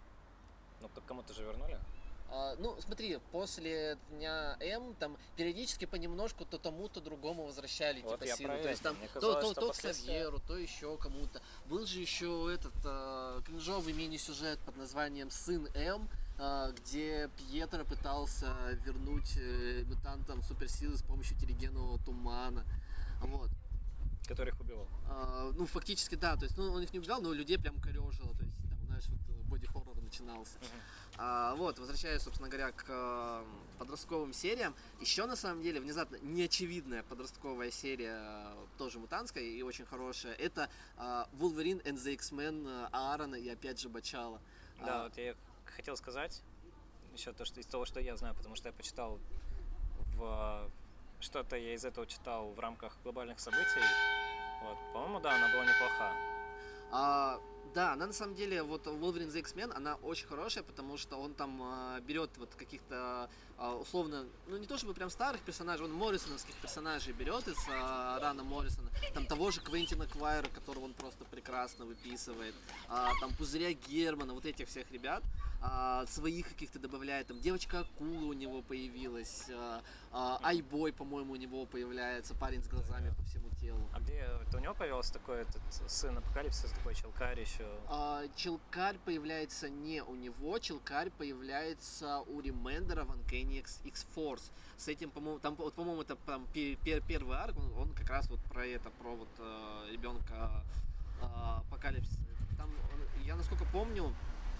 Ну, к кому-то же вернули? А, ну, смотри, после дня М там периодически понемножку то тому, то другому возвращали Вот типа я силы. про То есть это. там Мне то, казалось, то, что то к после Савьеру, то еще кому-то. Был же еще этот а, кринжовый мини-сюжет под названием Сын М, а, где Пьетро пытался вернуть э, мутантам суперсилы с помощью терригенового тумана. Вот. Которых убивал. А, ну, фактически, да, то есть, ну, он их не убивал, но людей прям корежило, то есть, там, знаешь, вот боди-хоррор начинался. А, вот, возвращаясь, собственно говоря, к э, подростковым сериям, еще, на самом деле, внезапно неочевидная подростковая серия, э, тоже мутантская и очень хорошая, это э, Wolverine and the X-Men э, Аарона и, опять же, Бачала. Да, А, вот я хотел сказать еще то, что из того, что я знаю, потому что я почитал в... Что-то я из этого читал в рамках глобальных событий. Вот, по-моему, да, она была неплоха. А, да, она на самом деле, вот Wolverine the X-Men, она очень хорошая, потому что он там а, берет вот каких-то а, условно, ну не то чтобы прям старых персонажей, он моррисоновских персонажей берет из а, Рана Моррисона, там того же Квентина Квайра, которого он просто прекрасно выписывает, а, там Пузыря Германа, вот этих всех ребят, а, своих каких-то добавляет, там девочка Акула у него появилась, а, а, Айбой, по-моему, у него появляется, парень с глазами по всему телу. А где это у него появился такой этот сын Апокалипсиса, такой челкарь еще? А, Челкарь появляется не у него, Челкарь появляется у Ремендера в Uncanny X- X-Force. С этим, по-моему, там, вот, по-моему, это там, пе- пе- первый арк, он, он как раз вот про это, про вот э, ребенка э, Апокалипсиса. Там, он- я насколько помню,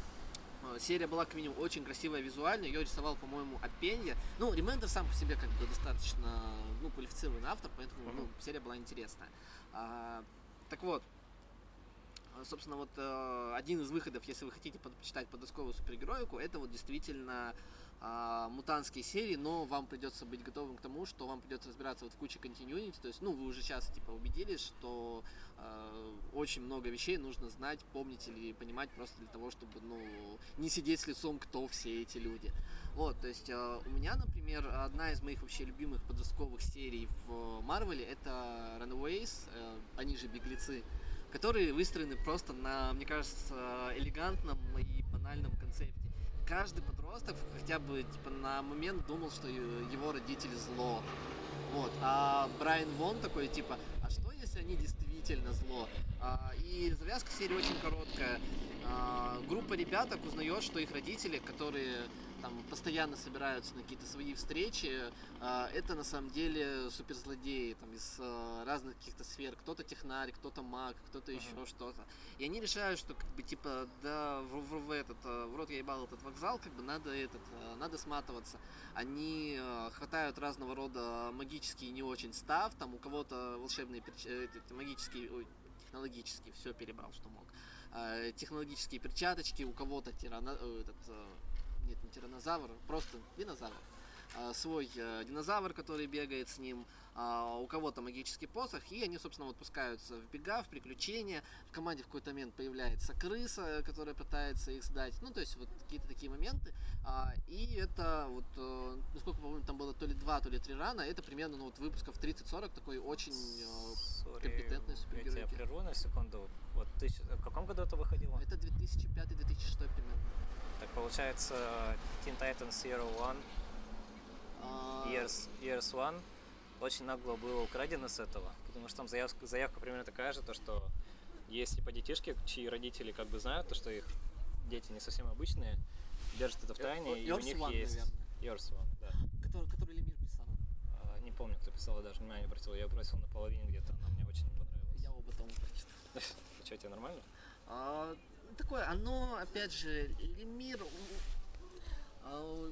э, серия была как минимум очень красивая визуально, ее рисовал, по-моему, Апенья. Ну, Ремендер сам по себе как бы достаточно, ну, квалифицированный автор, поэтому, ну, серия была интересная. А, так вот, собственно, вот э, один из выходов, если вы хотите под- почитать подростковую супергероику, это вот действительно э, мутантские серии, но вам придется быть готовым к тому, что вам придется разбираться вот в куче continuity, то есть, ну, вы уже сейчас, типа, убедились, что э, очень много вещей нужно знать, помнить или понимать просто для того, чтобы, ну, не сидеть с лицом, кто все эти люди. Вот, то есть, э, у меня, например, одна из моих вообще любимых подростковых серий в Марвеле, это Runaways, э, они же Беглецы, которые выстроены просто на, мне кажется, элегантном и банальном концепте. Каждый подросток хотя бы типа на момент думал, что его родители зло. Вот. А Брайан Вон такой типа, а что если они действительно зло? А, и завязка серии очень короткая. А, группа ребяток узнает, что их родители, которые там постоянно собираются на какие-то свои встречи, а, это на самом деле суперзлодеи там, из а, разных каких-то сфер. Кто-то технарь, кто-то маг, кто-то еще uh-huh. что-то. И они решают, что как бы типа да в, в, в этот в рот я ебал этот вокзал, как бы надо этот надо сматываться. Они а, хватают разного рода магические не очень став, там у кого-то волшебные перч... магические ой, технологические, все перебрал, что мог. А, технологические перчаточки, у кого-то тирана... этот, нет, не тиранозавр, просто динозавр. А, свой а, динозавр, который бегает с ним, а, у кого-то магический посох, и они, собственно, вот пускаются в бега, в приключения. В команде в какой-то момент появляется крыса, которая пытается их сдать. Ну, то есть вот какие-то такие моменты. А, и это вот, насколько помню, там было то ли два, то ли три рана, это примерно ну, вот выпусков тридцать-сорок, такой очень Sorry, компетентный супергерой. Я тебя прерву на секунду. Вот ты, в каком году это выходило? Это две тысячи пятый - две тысячи шестой примерно. Так получается, Teen Titans Zero One, а... Years, Years One очень нагло было украдено с этого, потому что там заявка, заявка примерно такая же, то что есть типа детишки, чьи родители как бы знают, то, что их дети не совсем обычные, держат это в тайне, Yours и у них One, есть... Наверное. Yours One, да. Который, который Лемир писал. А, не помню, кто писал, я даже внимания не обратил, я бросил на половине где-то, она мне очень не понравилась. Я оба тома прочитал. Что, тебе нормально? А, такое, оно, опять же, Лемир... А,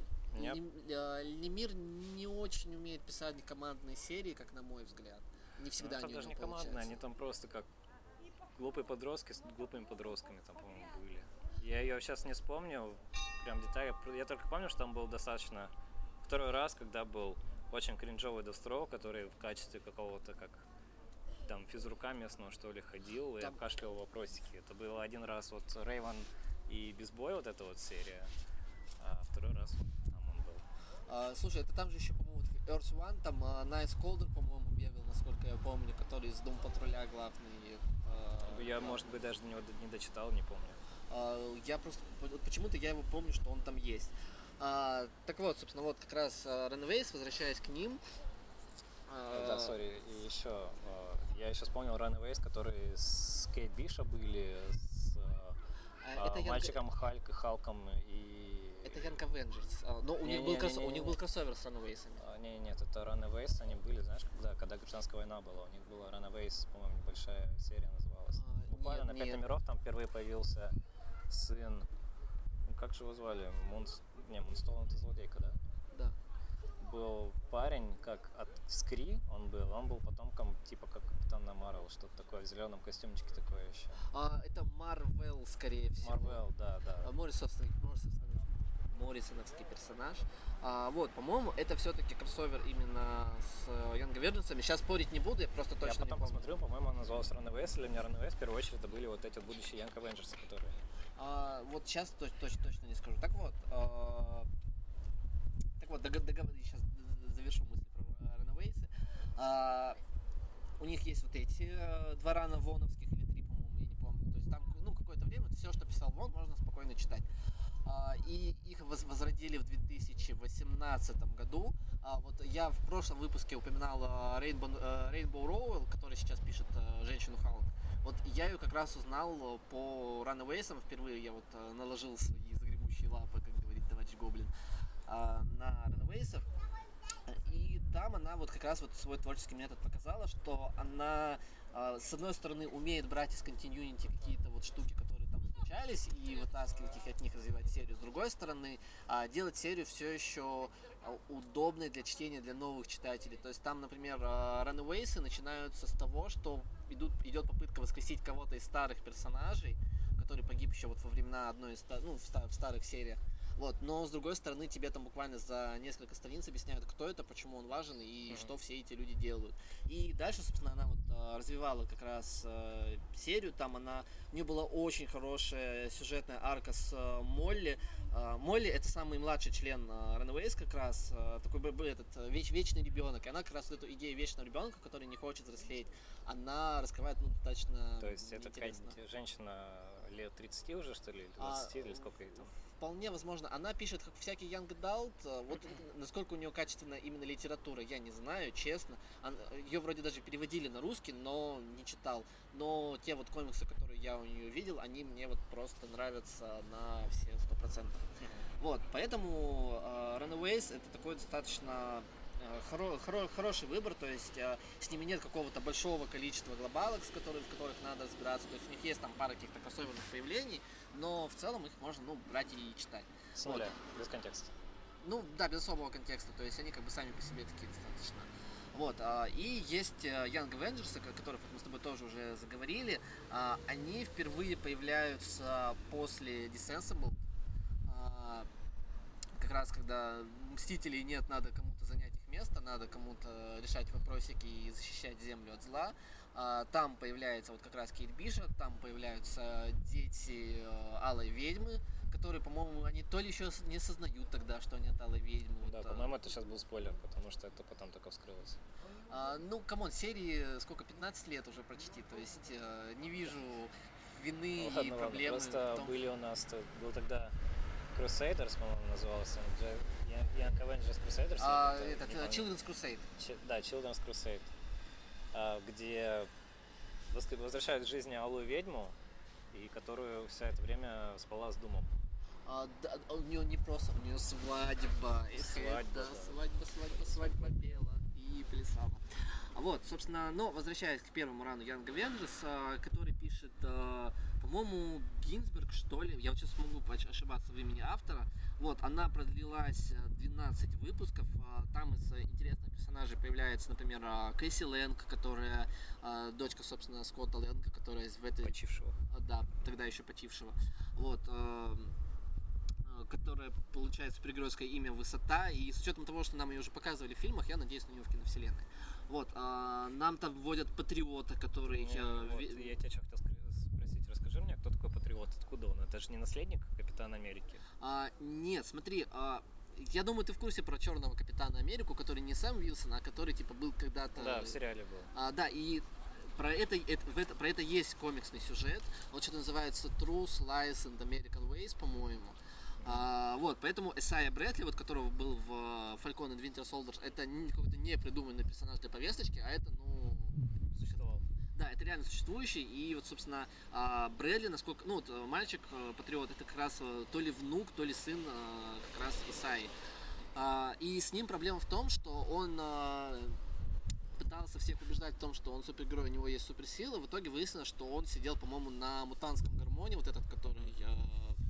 Лемир не очень умеет писать командные серии, как на мой взгляд. Не всегда ну, они у него даже не командные, они там просто как глупые подростки с глупыми подростками там, по-моему, были. Я ее сейчас не вспомню, прям детали. Я только помню, что там был достаточно... Второй раз, когда был очень кринжовый Deathstroke, который в качестве какого-то как там физрука местного, что ли, ходил там... и обкашливал вопросики. Это был один раз вот Рейвен и Безбой, вот эта вот серия, а второй раз вот там он был. А, слушай, это там же еще, по-моему, в Earth One, там Найс Колдер, по-моему, бегал, насколько я помню, который из Дум Патруля главный. А... Я, может быть, даже до него не дочитал, не помню. А, я просто, почему-то я его помню, что он там есть. А, так вот, собственно, вот как раз Runaways, возвращаясь к ним. А... Да, сори, и еще, я еще вспомнил Runaways, которые с Кейт Биша были, с а, а, мальчиком Янка... Хальк, Халком и... Это Young Avengers, но у, них был кросс... у них был кроссовер с Runaways. А, не, нет, это Runaways, они были, знаешь, когда, когда гражданская война была, у них была Runaways, по-моему, небольшая серия называлась. А, буквально нет, на пять нет. номеров там впервые появился сын, ну, как же его звали? Мунс... Не, Мунстоун это злодейка, да? Да. Был парень, как от Скри он был, он был потомком, типа как Капитан Марвел, что-то такое, в зеленом костюмчике такое еще. А, это Марвел, скорее всего. Марвел, да, да. А, Моррисовский, Моррисовский, Моррисоновский персонаж. А, вот, по-моему, это все-таки кроссовер именно с Young Avengers. Сейчас спорить не буду, я просто точно я потом не помню. посмотрел, по-моему, он назывался Runaways, или не Runaways, в первую очередь это были вот эти вот будущие Young Avengers, которые... А, вот сейчас точ- точ- точно не скажу. Так вот, а, так вот, договори, сейчас завершу мысль про Runaways. А, у них есть вот эти два рана воновских, или три, по-моему, я не помню. То есть там, ну, какое-то время все, что писал Вон, можно спокойно читать. А, и их возродили в две тысячи восемнадцатом году. А, вот я в прошлом выпуске упоминал Rainbow, Rainbow Rowell, который сейчас пишет Женщину Халк. Вот я ее как раз узнал по Runaways'ам. Впервые я вот наложил свои загребущие лапы, как говорит товарищ Гоблин, на Runaways'ов. И там она вот как раз вот свой творческий метод показала, что она с одной стороны умеет брать из continuity какие-то вот штуки, которые там случались, и вытаскивать их, от них развивать серию. С другой стороны, делать серию все еще удобной для чтения для новых читателей. То есть там, например, Runaways'ы начинаются с того, что идут, идет попытка воскресить кого-то из старых персонажей, который погиб еще вот во времена одной из, ну, в старых сериях. Вот, но с другой стороны, тебе там буквально за несколько страниц объясняют, кто это, почему он важен и mm-hmm. что все эти люди делают. И дальше, собственно, она вот а, развивала как раз а, серию, там она, у нее была очень хорошая сюжетная арка с а, Молли. А, Молли — это самый младший член а, Runaways как раз, а, такой этот веч, вечный ребенок. И она как раз вот эту идею вечного ребенка, который не хочет взрослеть, она раскрывает, ну, достаточно То есть интересно. это какая-то женщина лет тридцати уже, что ли, или А, двадцати, или сколько ей там? Вполне возможно. Она пишет как всякий young adult. а, Вот насколько у нее качественная именно литература, я не знаю, честно. Ее вроде даже переводили на русский, но не читал. Но те вот комиксы, которые я у нее видел, они мне вот просто нравятся на все сто процентов. Вот, поэтому э, Runaways это такой достаточно э, хоро- хоро- хороший выбор, то есть э, с ними нет какого-то большого количества глобалок, с которых, в которых надо разбираться, то есть у них есть там пара каких-то кроссоверных появлений, но в целом их можно, ну, брать и читать. С нуля, вот. Без контекста. Ну, да, без особого контекста, то есть они как бы сами по себе такие достаточно. Вот, а, и есть Young Avengers, о которых мы с тобой тоже уже заговорили, а, они впервые появляются после Desensible, а, как раз когда Мстителей нет, надо кому-то занять их место, надо кому-то решать вопросики и защищать Землю от зла. А, там появляется вот как раз Кейт Бишоп, там появляются дети э, Алой Ведьмы, которые, по-моему, они то ли еще не сознают тогда, что они от Алой Ведьмы. Да, вот, по-моему, это сейчас был спойлер, потому что это потом только вскрылось. А, ну, камон, серии сколько, пятнадцать лет уже почти, то есть э, не вижу вины ну, ладно, и ладно. проблемы. Просто в том... были у нас, был тогда Crusaders, по-моему, назывался, Young Avengers Crusaders. А, это Children's Crusade. Ч, да, Children's Crusade, а, где возвращают к жизни Алую Ведьму, и которую вся это время спала с Думом. А, да, у нее не просто, у нее свадьба. Свадьба, да, да. свадьба, свадьба, свадьба пела и плясала. А вот, собственно, но возвращаясь к первому рану Young Avengers, который пишет, по-моему, Гинзберг, что ли, я вот сейчас могу ошибаться в имени автора. Вот, она продлилась двенадцать выпусков, там из интересных персонажей появляется, например, Кэсси Лэнг, которая дочка, собственно, Скотта Лэнга, которая в этой... Почившего. Да, тогда еще почившего. Вот, которая получает супергеройское имя «Высота», и с учетом того, что нам ее уже показывали в фильмах, я надеюсь на нее в киновселенной. Вот, а, нам там вводят Патриота, который... Не, вот, я тебя что хотел спросить, расскажи мне, кто такой Патриот, откуда он? Это же не наследник Капитана Америки? А, нет, смотри, а, я думаю, ты в курсе про Черного Капитана Америку, который не Сэм Уилсон, а который, типа, был когда-то... Да, в сериале был. А, да, и... Про это, это, это, про это есть комиксный сюжет, он что-то называется Truth, Lies and American Ways, по-моему. А, вот, поэтому Эсайя Брэдли, вот, которого был в Falcon and Winter Soldier, это не, какой-то не придуманный персонаж для повесточки, а это, ну... Существовал. Да, это реально существующий, и вот, собственно, Брэдли, насколько... Ну, вот, мальчик, Патриот, это как раз то ли внук, то ли сын как раз Исаи. И с ним проблема в том, что он... пытался всех убеждать в том, что он супергерой, у него есть суперсилы. В итоге выяснилось, что он сидел, по-моему, на мутантском гормоне, вот этот, который... Э...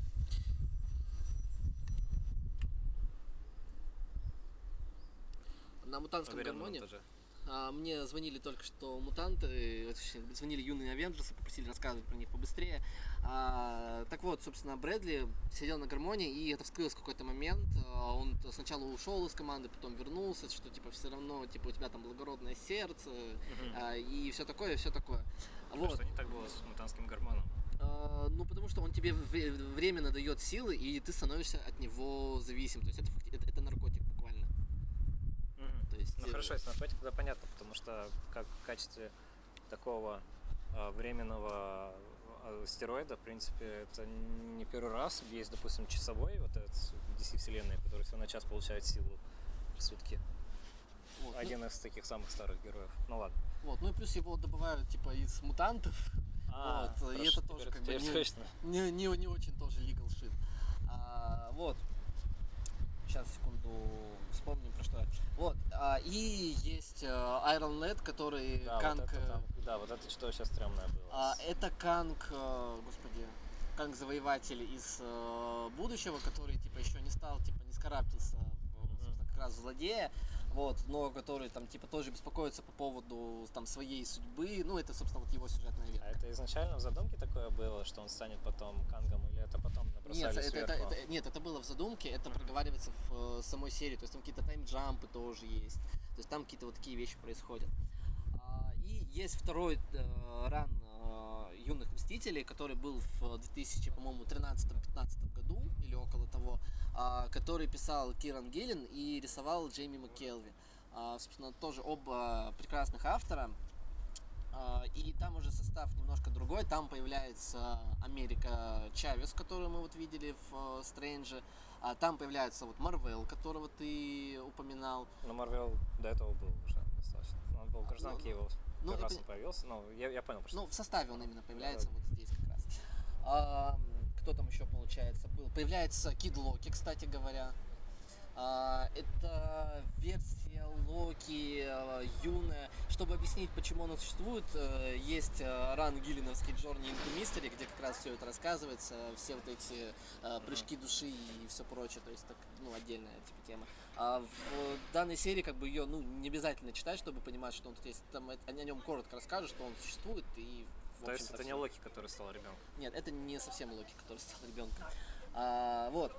На мутантском Уверен, гормоне. А, мне звонили только что мутанты, звонили юные Авенджерсы, попросили рассказывать про них побыстрее. А, так вот, собственно, Брэдли сидел на гормоне, и это вскрылось в какой-то момент. Он сначала ушел из команды, потом вернулся, что типа все равно, типа у тебя там благородное сердце, uh-huh. а, и все такое, и все такое. А вот. Что не так было с мутантским гормоном? А, ну, потому что он тебе временно дает силы, и ты становишься от него зависим. То есть это, это, это наркотик буквально. Ну хорошо, если наркотик, тогда понятно, потому что как в качестве такого а, временного а, стероида, в принципе, это не первый раз. Есть, допустим, часовой, вот этот в ди си вселенной, который всего на час получает силу в сутки. Вот, Один ну, из таких самых старых героев. Ну ладно. Вот, ну и плюс его добывают типа из мутантов. А, вот, хорошо, и это тоже как бы не, не, не, не очень тоже legal shit. А, вот. Сейчас, секунду, вспомним про что. Вот, а, и есть а, Iron Lad, который да, Канг... Вот это там, да, вот это что сейчас стрёмное было. А, это Канг, а, господи, Канг-завоеватель из а, будущего, который, типа, еще не стал, типа, не скараптился, mm-hmm. как раз в злодея, вот, но который, там, типа, тоже беспокоится по поводу, там, своей судьбы, ну, это, собственно, вот его сюжетная ветка. А это изначально в задумке такое было, что он станет потом Кангом, или это потом набросали нет, сверху? Это, это, это, нет, это было в задумке, это проговаривается в э, самой серии, то есть там какие-то тайм-джампы тоже есть, то есть там какие-то вот такие вещи происходят. А, и есть второй э, ран э, Юных Мстителей, который был в две тысячи тринадцатом-пятнадцатом году, или около того, э, который писал Киран Гиллен и рисовал Джейми МакКелви. Э, собственно, тоже оба прекрасных автора. И там уже состав немножко другой. Там появляется Америка Чавес, которую мы вот видели в Стрэнджи. Там появляется вот Марвел, которого ты упоминал. Но Марвел до этого был уже достаточно. Он был гражданский, его ну, первый раз это... он появился. Ну, я, я понял, просто. Ну, в составе он именно появляется, да, вот здесь как раз. А, кто там еще, получается, был? Появляется Кид Локи, кстати говоря. А, это версия Локи юная. Чтобы объяснить, почему она существует, есть ран гиллиновский Journey into Mystery, где как раз все это рассказывается, все вот эти а, прыжки души и все прочее, то есть так, ну, отдельная типа тема. А в данной серии как бы ее, ну, не обязательно читать, чтобы понимать, что он тут есть. Там о нем коротко расскажут, что он существует и. То есть это не Локи, который стал ребенком? Нет, это не совсем Локи, который стал ребенком. А, вот.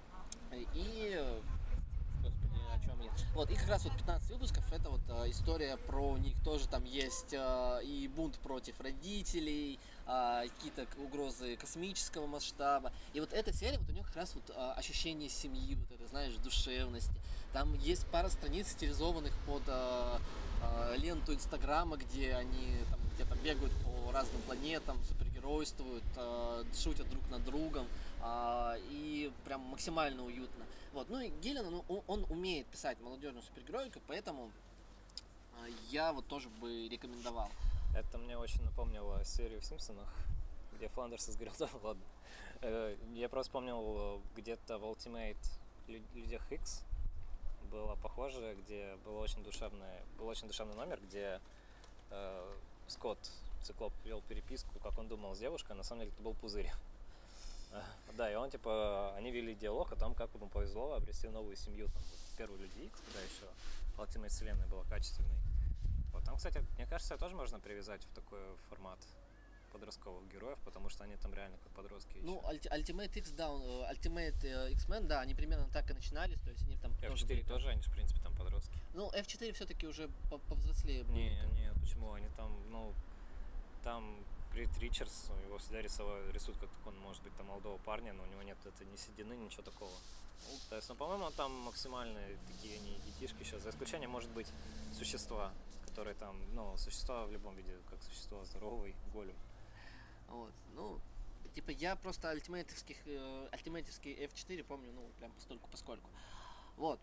И Господи, о чем я? Вот, и как раз вот пятнадцать выпусков, это вот а, история про них, тоже там есть а, и бунт против родителей, а, какие-то угрозы космического масштаба. И вот эта серия, вот у нее как раз вот а, ощущение семьи, вот это, знаешь, душевности. Там есть пара страниц, стилизованных под а, а, ленту Инстаграма, где они там где-то бегают по разным планетам, супергеройствуют, а, шутят друг над другом, а, и прям максимально уютно. Вот. Ну и Гиллиан, ну, он, он умеет писать молодежную супергероику, поэтому а, я вот тоже бы рекомендовал. Это мне очень напомнило серию в Симпсонах, где Фландерс изгорел. Да, ладно. Я просто вспомнил, где-то в Ultimate Людях Икс было похоже, где был очень душевный, был очень душевный номер, где э, Скотт, Циклоп, вел переписку, как он думал с девушкой, а на самом деле это был пузырь. Да, и он, типа, они вели диалог о том, как ему повезло обрести новую семью, там, вот, первую Люди Икс, когда еще Ultimate вселенная была качественной. Вот, там, кстати, мне кажется, тоже можно привязать в такой формат подростковых героев, потому что они там реально как подростки еще. Ну, Ultimate X, да, Ultimate X-Men, да, они примерно так и начинались, то есть они там эф четыре тоже, тоже, они же, в принципе, там подростки. Ну, эф четыре все-таки уже повзрослее были. Не, не, почему? Они там, ну, там Рид Ричардс, его всегда рисовали, рисуют, как он может быть там молодого парня, но у него нет этой ни седины, ничего такого. Ну, то есть, ну, по-моему, там максимальные такие они детишки сейчас, за исключением, может быть, существа, которые там, ну, существа в любом виде, как существа здоровый, голем. Вот, ну, типа я просто ультимейтовских, э, ультимейтовский эф четыре помню, ну, прям постольку поскольку. Вот.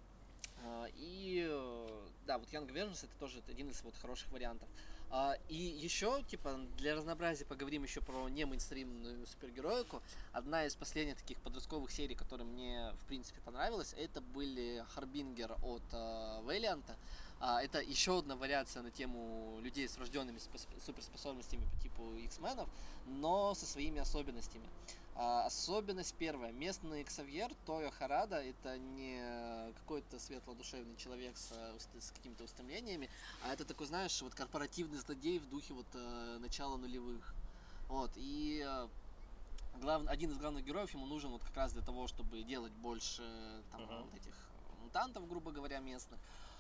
И, да, вот Young Avengers это тоже один из вот хороших вариантов. И еще, типа, для разнообразия поговорим еще про не мейнстримную супергероику. Одна из последних таких подростковых серий, которые мне, в принципе, понравилась, это были Харбингер от Вэлианта. Это еще одна вариация на тему людей с врожденными суперспособностями по типу X-менов, но со своими особенностями. А, особенность первая. Местный Ксавьер, Тойо Харада, это не какой-то светлодушевный человек с, с какими-то устремлениями, а это такой, знаешь, вот корпоративный злодей в духе вот э, начала нулевых. Вот, и э, глав, один из главных героев ему нужен вот как раз для того, чтобы делать больше там, uh-huh. вот этих мутантов, грубо говоря, местных.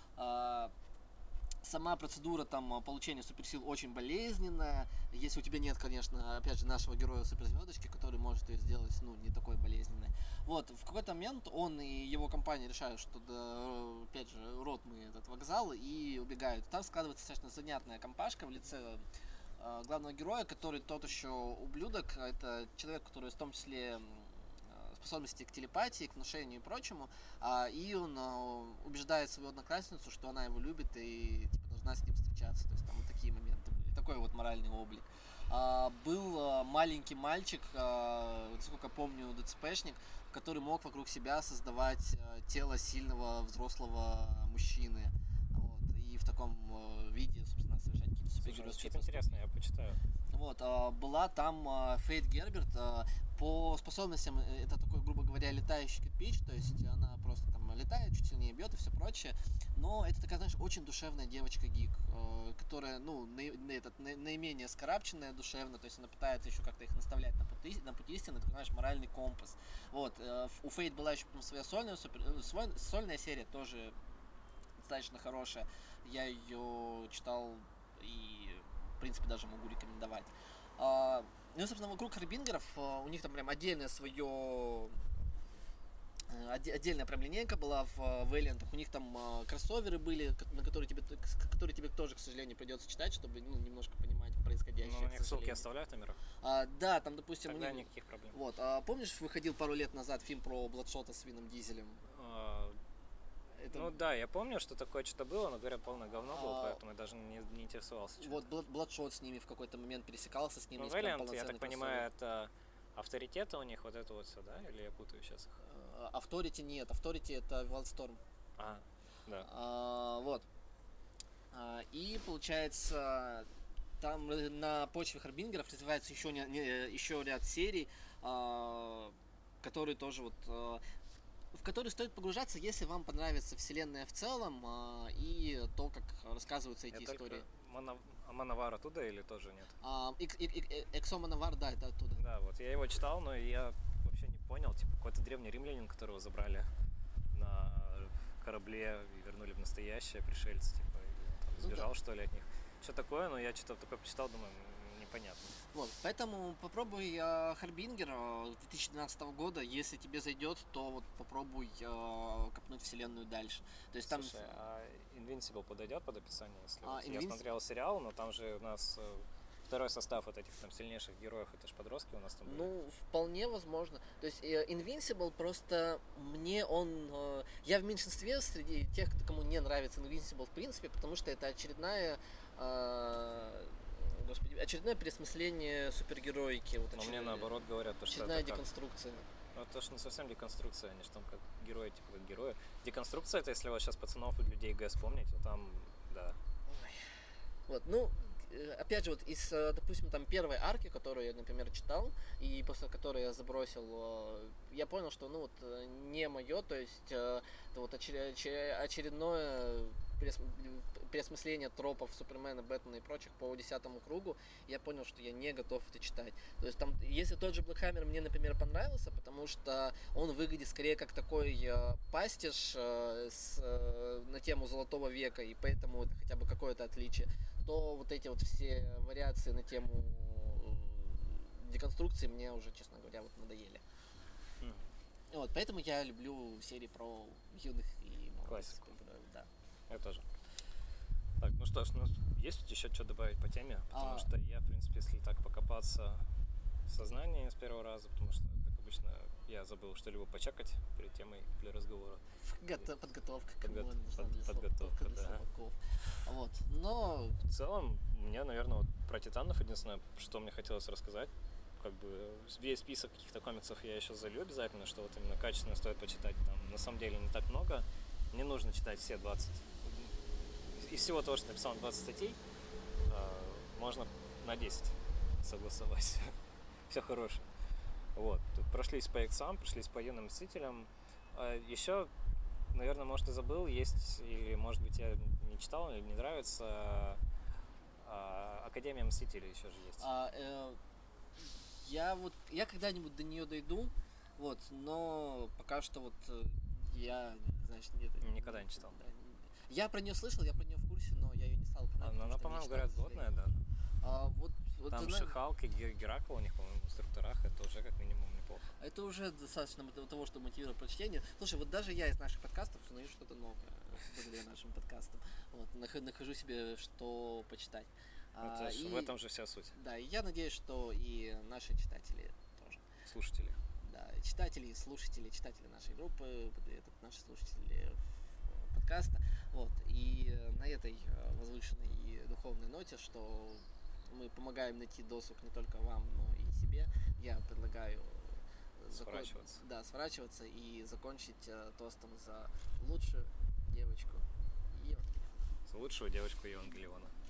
А, сама процедура там получения суперсил очень болезненная. Если у тебя нет, конечно, опять же, нашего героя суперзвездочки, который может ее сделать, ну, не такой болезненной. Вот, в какой-то момент он и его компания решают, что, да, опять же, рот мы этот вокзал, и убегают. Там складывается достаточно занятная компашка в лице э, главного героя, который тот еще ублюдок. Это человек, который в том числе способности к телепатии, к внушению и прочему, а, и он а, убеждает свою одноклассницу, что она его любит и типа, должна с ним встречаться. То есть там вот такие моменты были. Такой вот моральный облик. А, был а, маленький мальчик, а, насколько помню, ДЦПшник, который мог вокруг себя создавать а, тело сильного взрослого мужчины. Вот, и в таком а, виде, собственно, совершать какие-то супергеройские поступки. Интересно, я почитаю. Вот, а, была там а, Фейт Герберт. А, по способностям это такой, грубо говоря, летающий кирпич, то есть она просто там летает, чуть сильнее бьет и все прочее. Но это такая, знаешь, очень душевная девочка-гик, э, которая, ну, на, на, этот, на, наименее скарабченная душевно, то есть она пытается еще как-то их наставлять на пути, на пути истины, такой, знаешь, моральный компас. Вот, э, у Фейт была еще потом своя сольная, супер, свой, сольная серия, тоже достаточно хорошая. Я ее читал и, в принципе, даже могу рекомендовать. Ну, собственно, вокруг Харбингеров у них там прям отдельное свое Отдельная прям линейка была в Valiant. У них там а, кроссоверы были, на которые тебе, которые тебе тоже, к сожалению, придется читать, чтобы ну, немножко понимать происходящее. Ну, на них ссылки оставляют на мирах? А, да, там, допустим, Тогда у них... никаких проблем. Вот, а, помнишь, выходил пару лет назад фильм про Бладшота с Вином Дизелем? А, Это... Ну да, я помню, что такое что-то было, но, говорят, полное говно было, а... поэтому я даже не, не интересовался. Вот Бладшот с ними в какой-то момент пересекался, с ними. Ну, Valiant, я так понимаю, это авторитеты у них, вот это вот все, да? Или я путаю сейчас их? Авторити нет, Авторити это Wildstorm. А, да. А, вот. А, и получается, там на почве Харбингеров развивается еще, не, не, еще ряд серий, а, которые тоже вот... А, в которые стоит погружаться, если вам понравится вселенная в целом а, и то, как рассказываются эти я истории. Мана... А Манавар оттуда или тоже нет? А, Эксо Манавар, да, это оттуда. Да, вот я его читал, но я вообще не понял, типа какой-то древний римлянин, которого забрали на корабле и вернули в настоящее, пришельцы, типа, или он там сбежал, ну, да. что ли, от них. Что такое, но я что-то такое почитал, думаю, непонятно. Вот, поэтому попробуй э, Харбингер э, две тысячи двенадцатого года, если тебе зайдет, то вот попробуй э, копнуть вселенную дальше. То есть там... Слушай, а Invincible подойдет под описание, если а, вот Invinci... я смотрел сериал, но там же у нас э, второй состав вот этих там сильнейших героев, это же подростки у нас там были. Ну, вполне возможно. То есть э, Invincible просто мне он... Э, я в меньшинстве среди тех, кому не нравится Invincible в принципе, потому что это очередная... Э, Господи, очередное переосмысление супергероики. Вот но мне наоборот говорят, то, что очередная деконструкция. Как... Ну, это же не совсем деконструкция, они же там как герои, типа как герои. Деконструкция, это если вот сейчас пацанов и людей ГЭС вспомнить, вот там, да. Ой. Вот, ну, опять же, вот из, допустим, там первой арки, которую я, например, читал, и после которой я забросил, я понял, что, ну, вот, не мое, то есть, это вот очередное переосмысление тропов Супермена, Бэтмена и прочих по десятому кругу, я понял, что я не готов это читать. То есть там, если тот же Black Hammer мне, например, понравился, потому что он выглядит скорее как такой э, пастиш э, с, э, на тему Золотого века, и поэтому это хотя бы какое-то отличие, то вот эти вот все вариации на тему деконструкции мне уже, честно говоря, вот надоели. Mm. Вот, поэтому я люблю серии про юных и молодых супергероев, да. Я тоже. Так, ну что ж, ну есть еще что добавить по теме? Потому а... что я, в принципе, если так покопаться в сознании с первого раза, потому что, как обычно, я забыл что-либо почекать перед темой для разговора. Подготовка, подготовка, Подго... под... подготовка, для да. Вот, но... В целом, мне, наверное, вот про Титанов единственное, что мне хотелось рассказать, как бы весь список каких-то комиксов я еще залью обязательно, что вот именно качественно стоит почитать. Там на самом деле не так много. Не нужно читать все двадцать. Из всего того, что написал двадцать статей, можно на десять согласовать. Все хорошее. Вот. Тут прошлись по иксам, прошлись по юным мстителям. Еще, наверное, может, и забыл, есть, или, может быть, я не читал, или не нравится, Академия мстителей еще же есть. А, э, я вот, я когда-нибудь до нее дойду, вот, но пока что вот я, значит, нет. Никогда не читал. Да, я про нее слышал, я про нее в курсе, но я ее не стал понимать. Она, по-моему, говорят, годная, да. А, вот, вот, там Шихалк и Геракл у них, по-моему, в структурах, это уже как минимум неплохо. Это уже достаточно того, чтобы мотивировать прочтение. Слушай, вот даже я из наших подкастов узнаю что-то новое благодаря нашим подкастам. Вот, нахожу себе что почитать. Это а, и, в этом же вся суть. Да, и я надеюсь, что и наши читатели тоже. Слушатели. Да, читатели, слушатели, читатели нашей группы, этот, наши слушатели подкаста. Вот. И на этой возвышенной и духовной ноте, что мы помогаем найти досуг не только вам, но и себе, я предлагаю сворачиваться. Закон... Да, сворачиваться и закончить э, тостом за лучшую девочку Евангелиона. За лучшую девочку Евангелиона.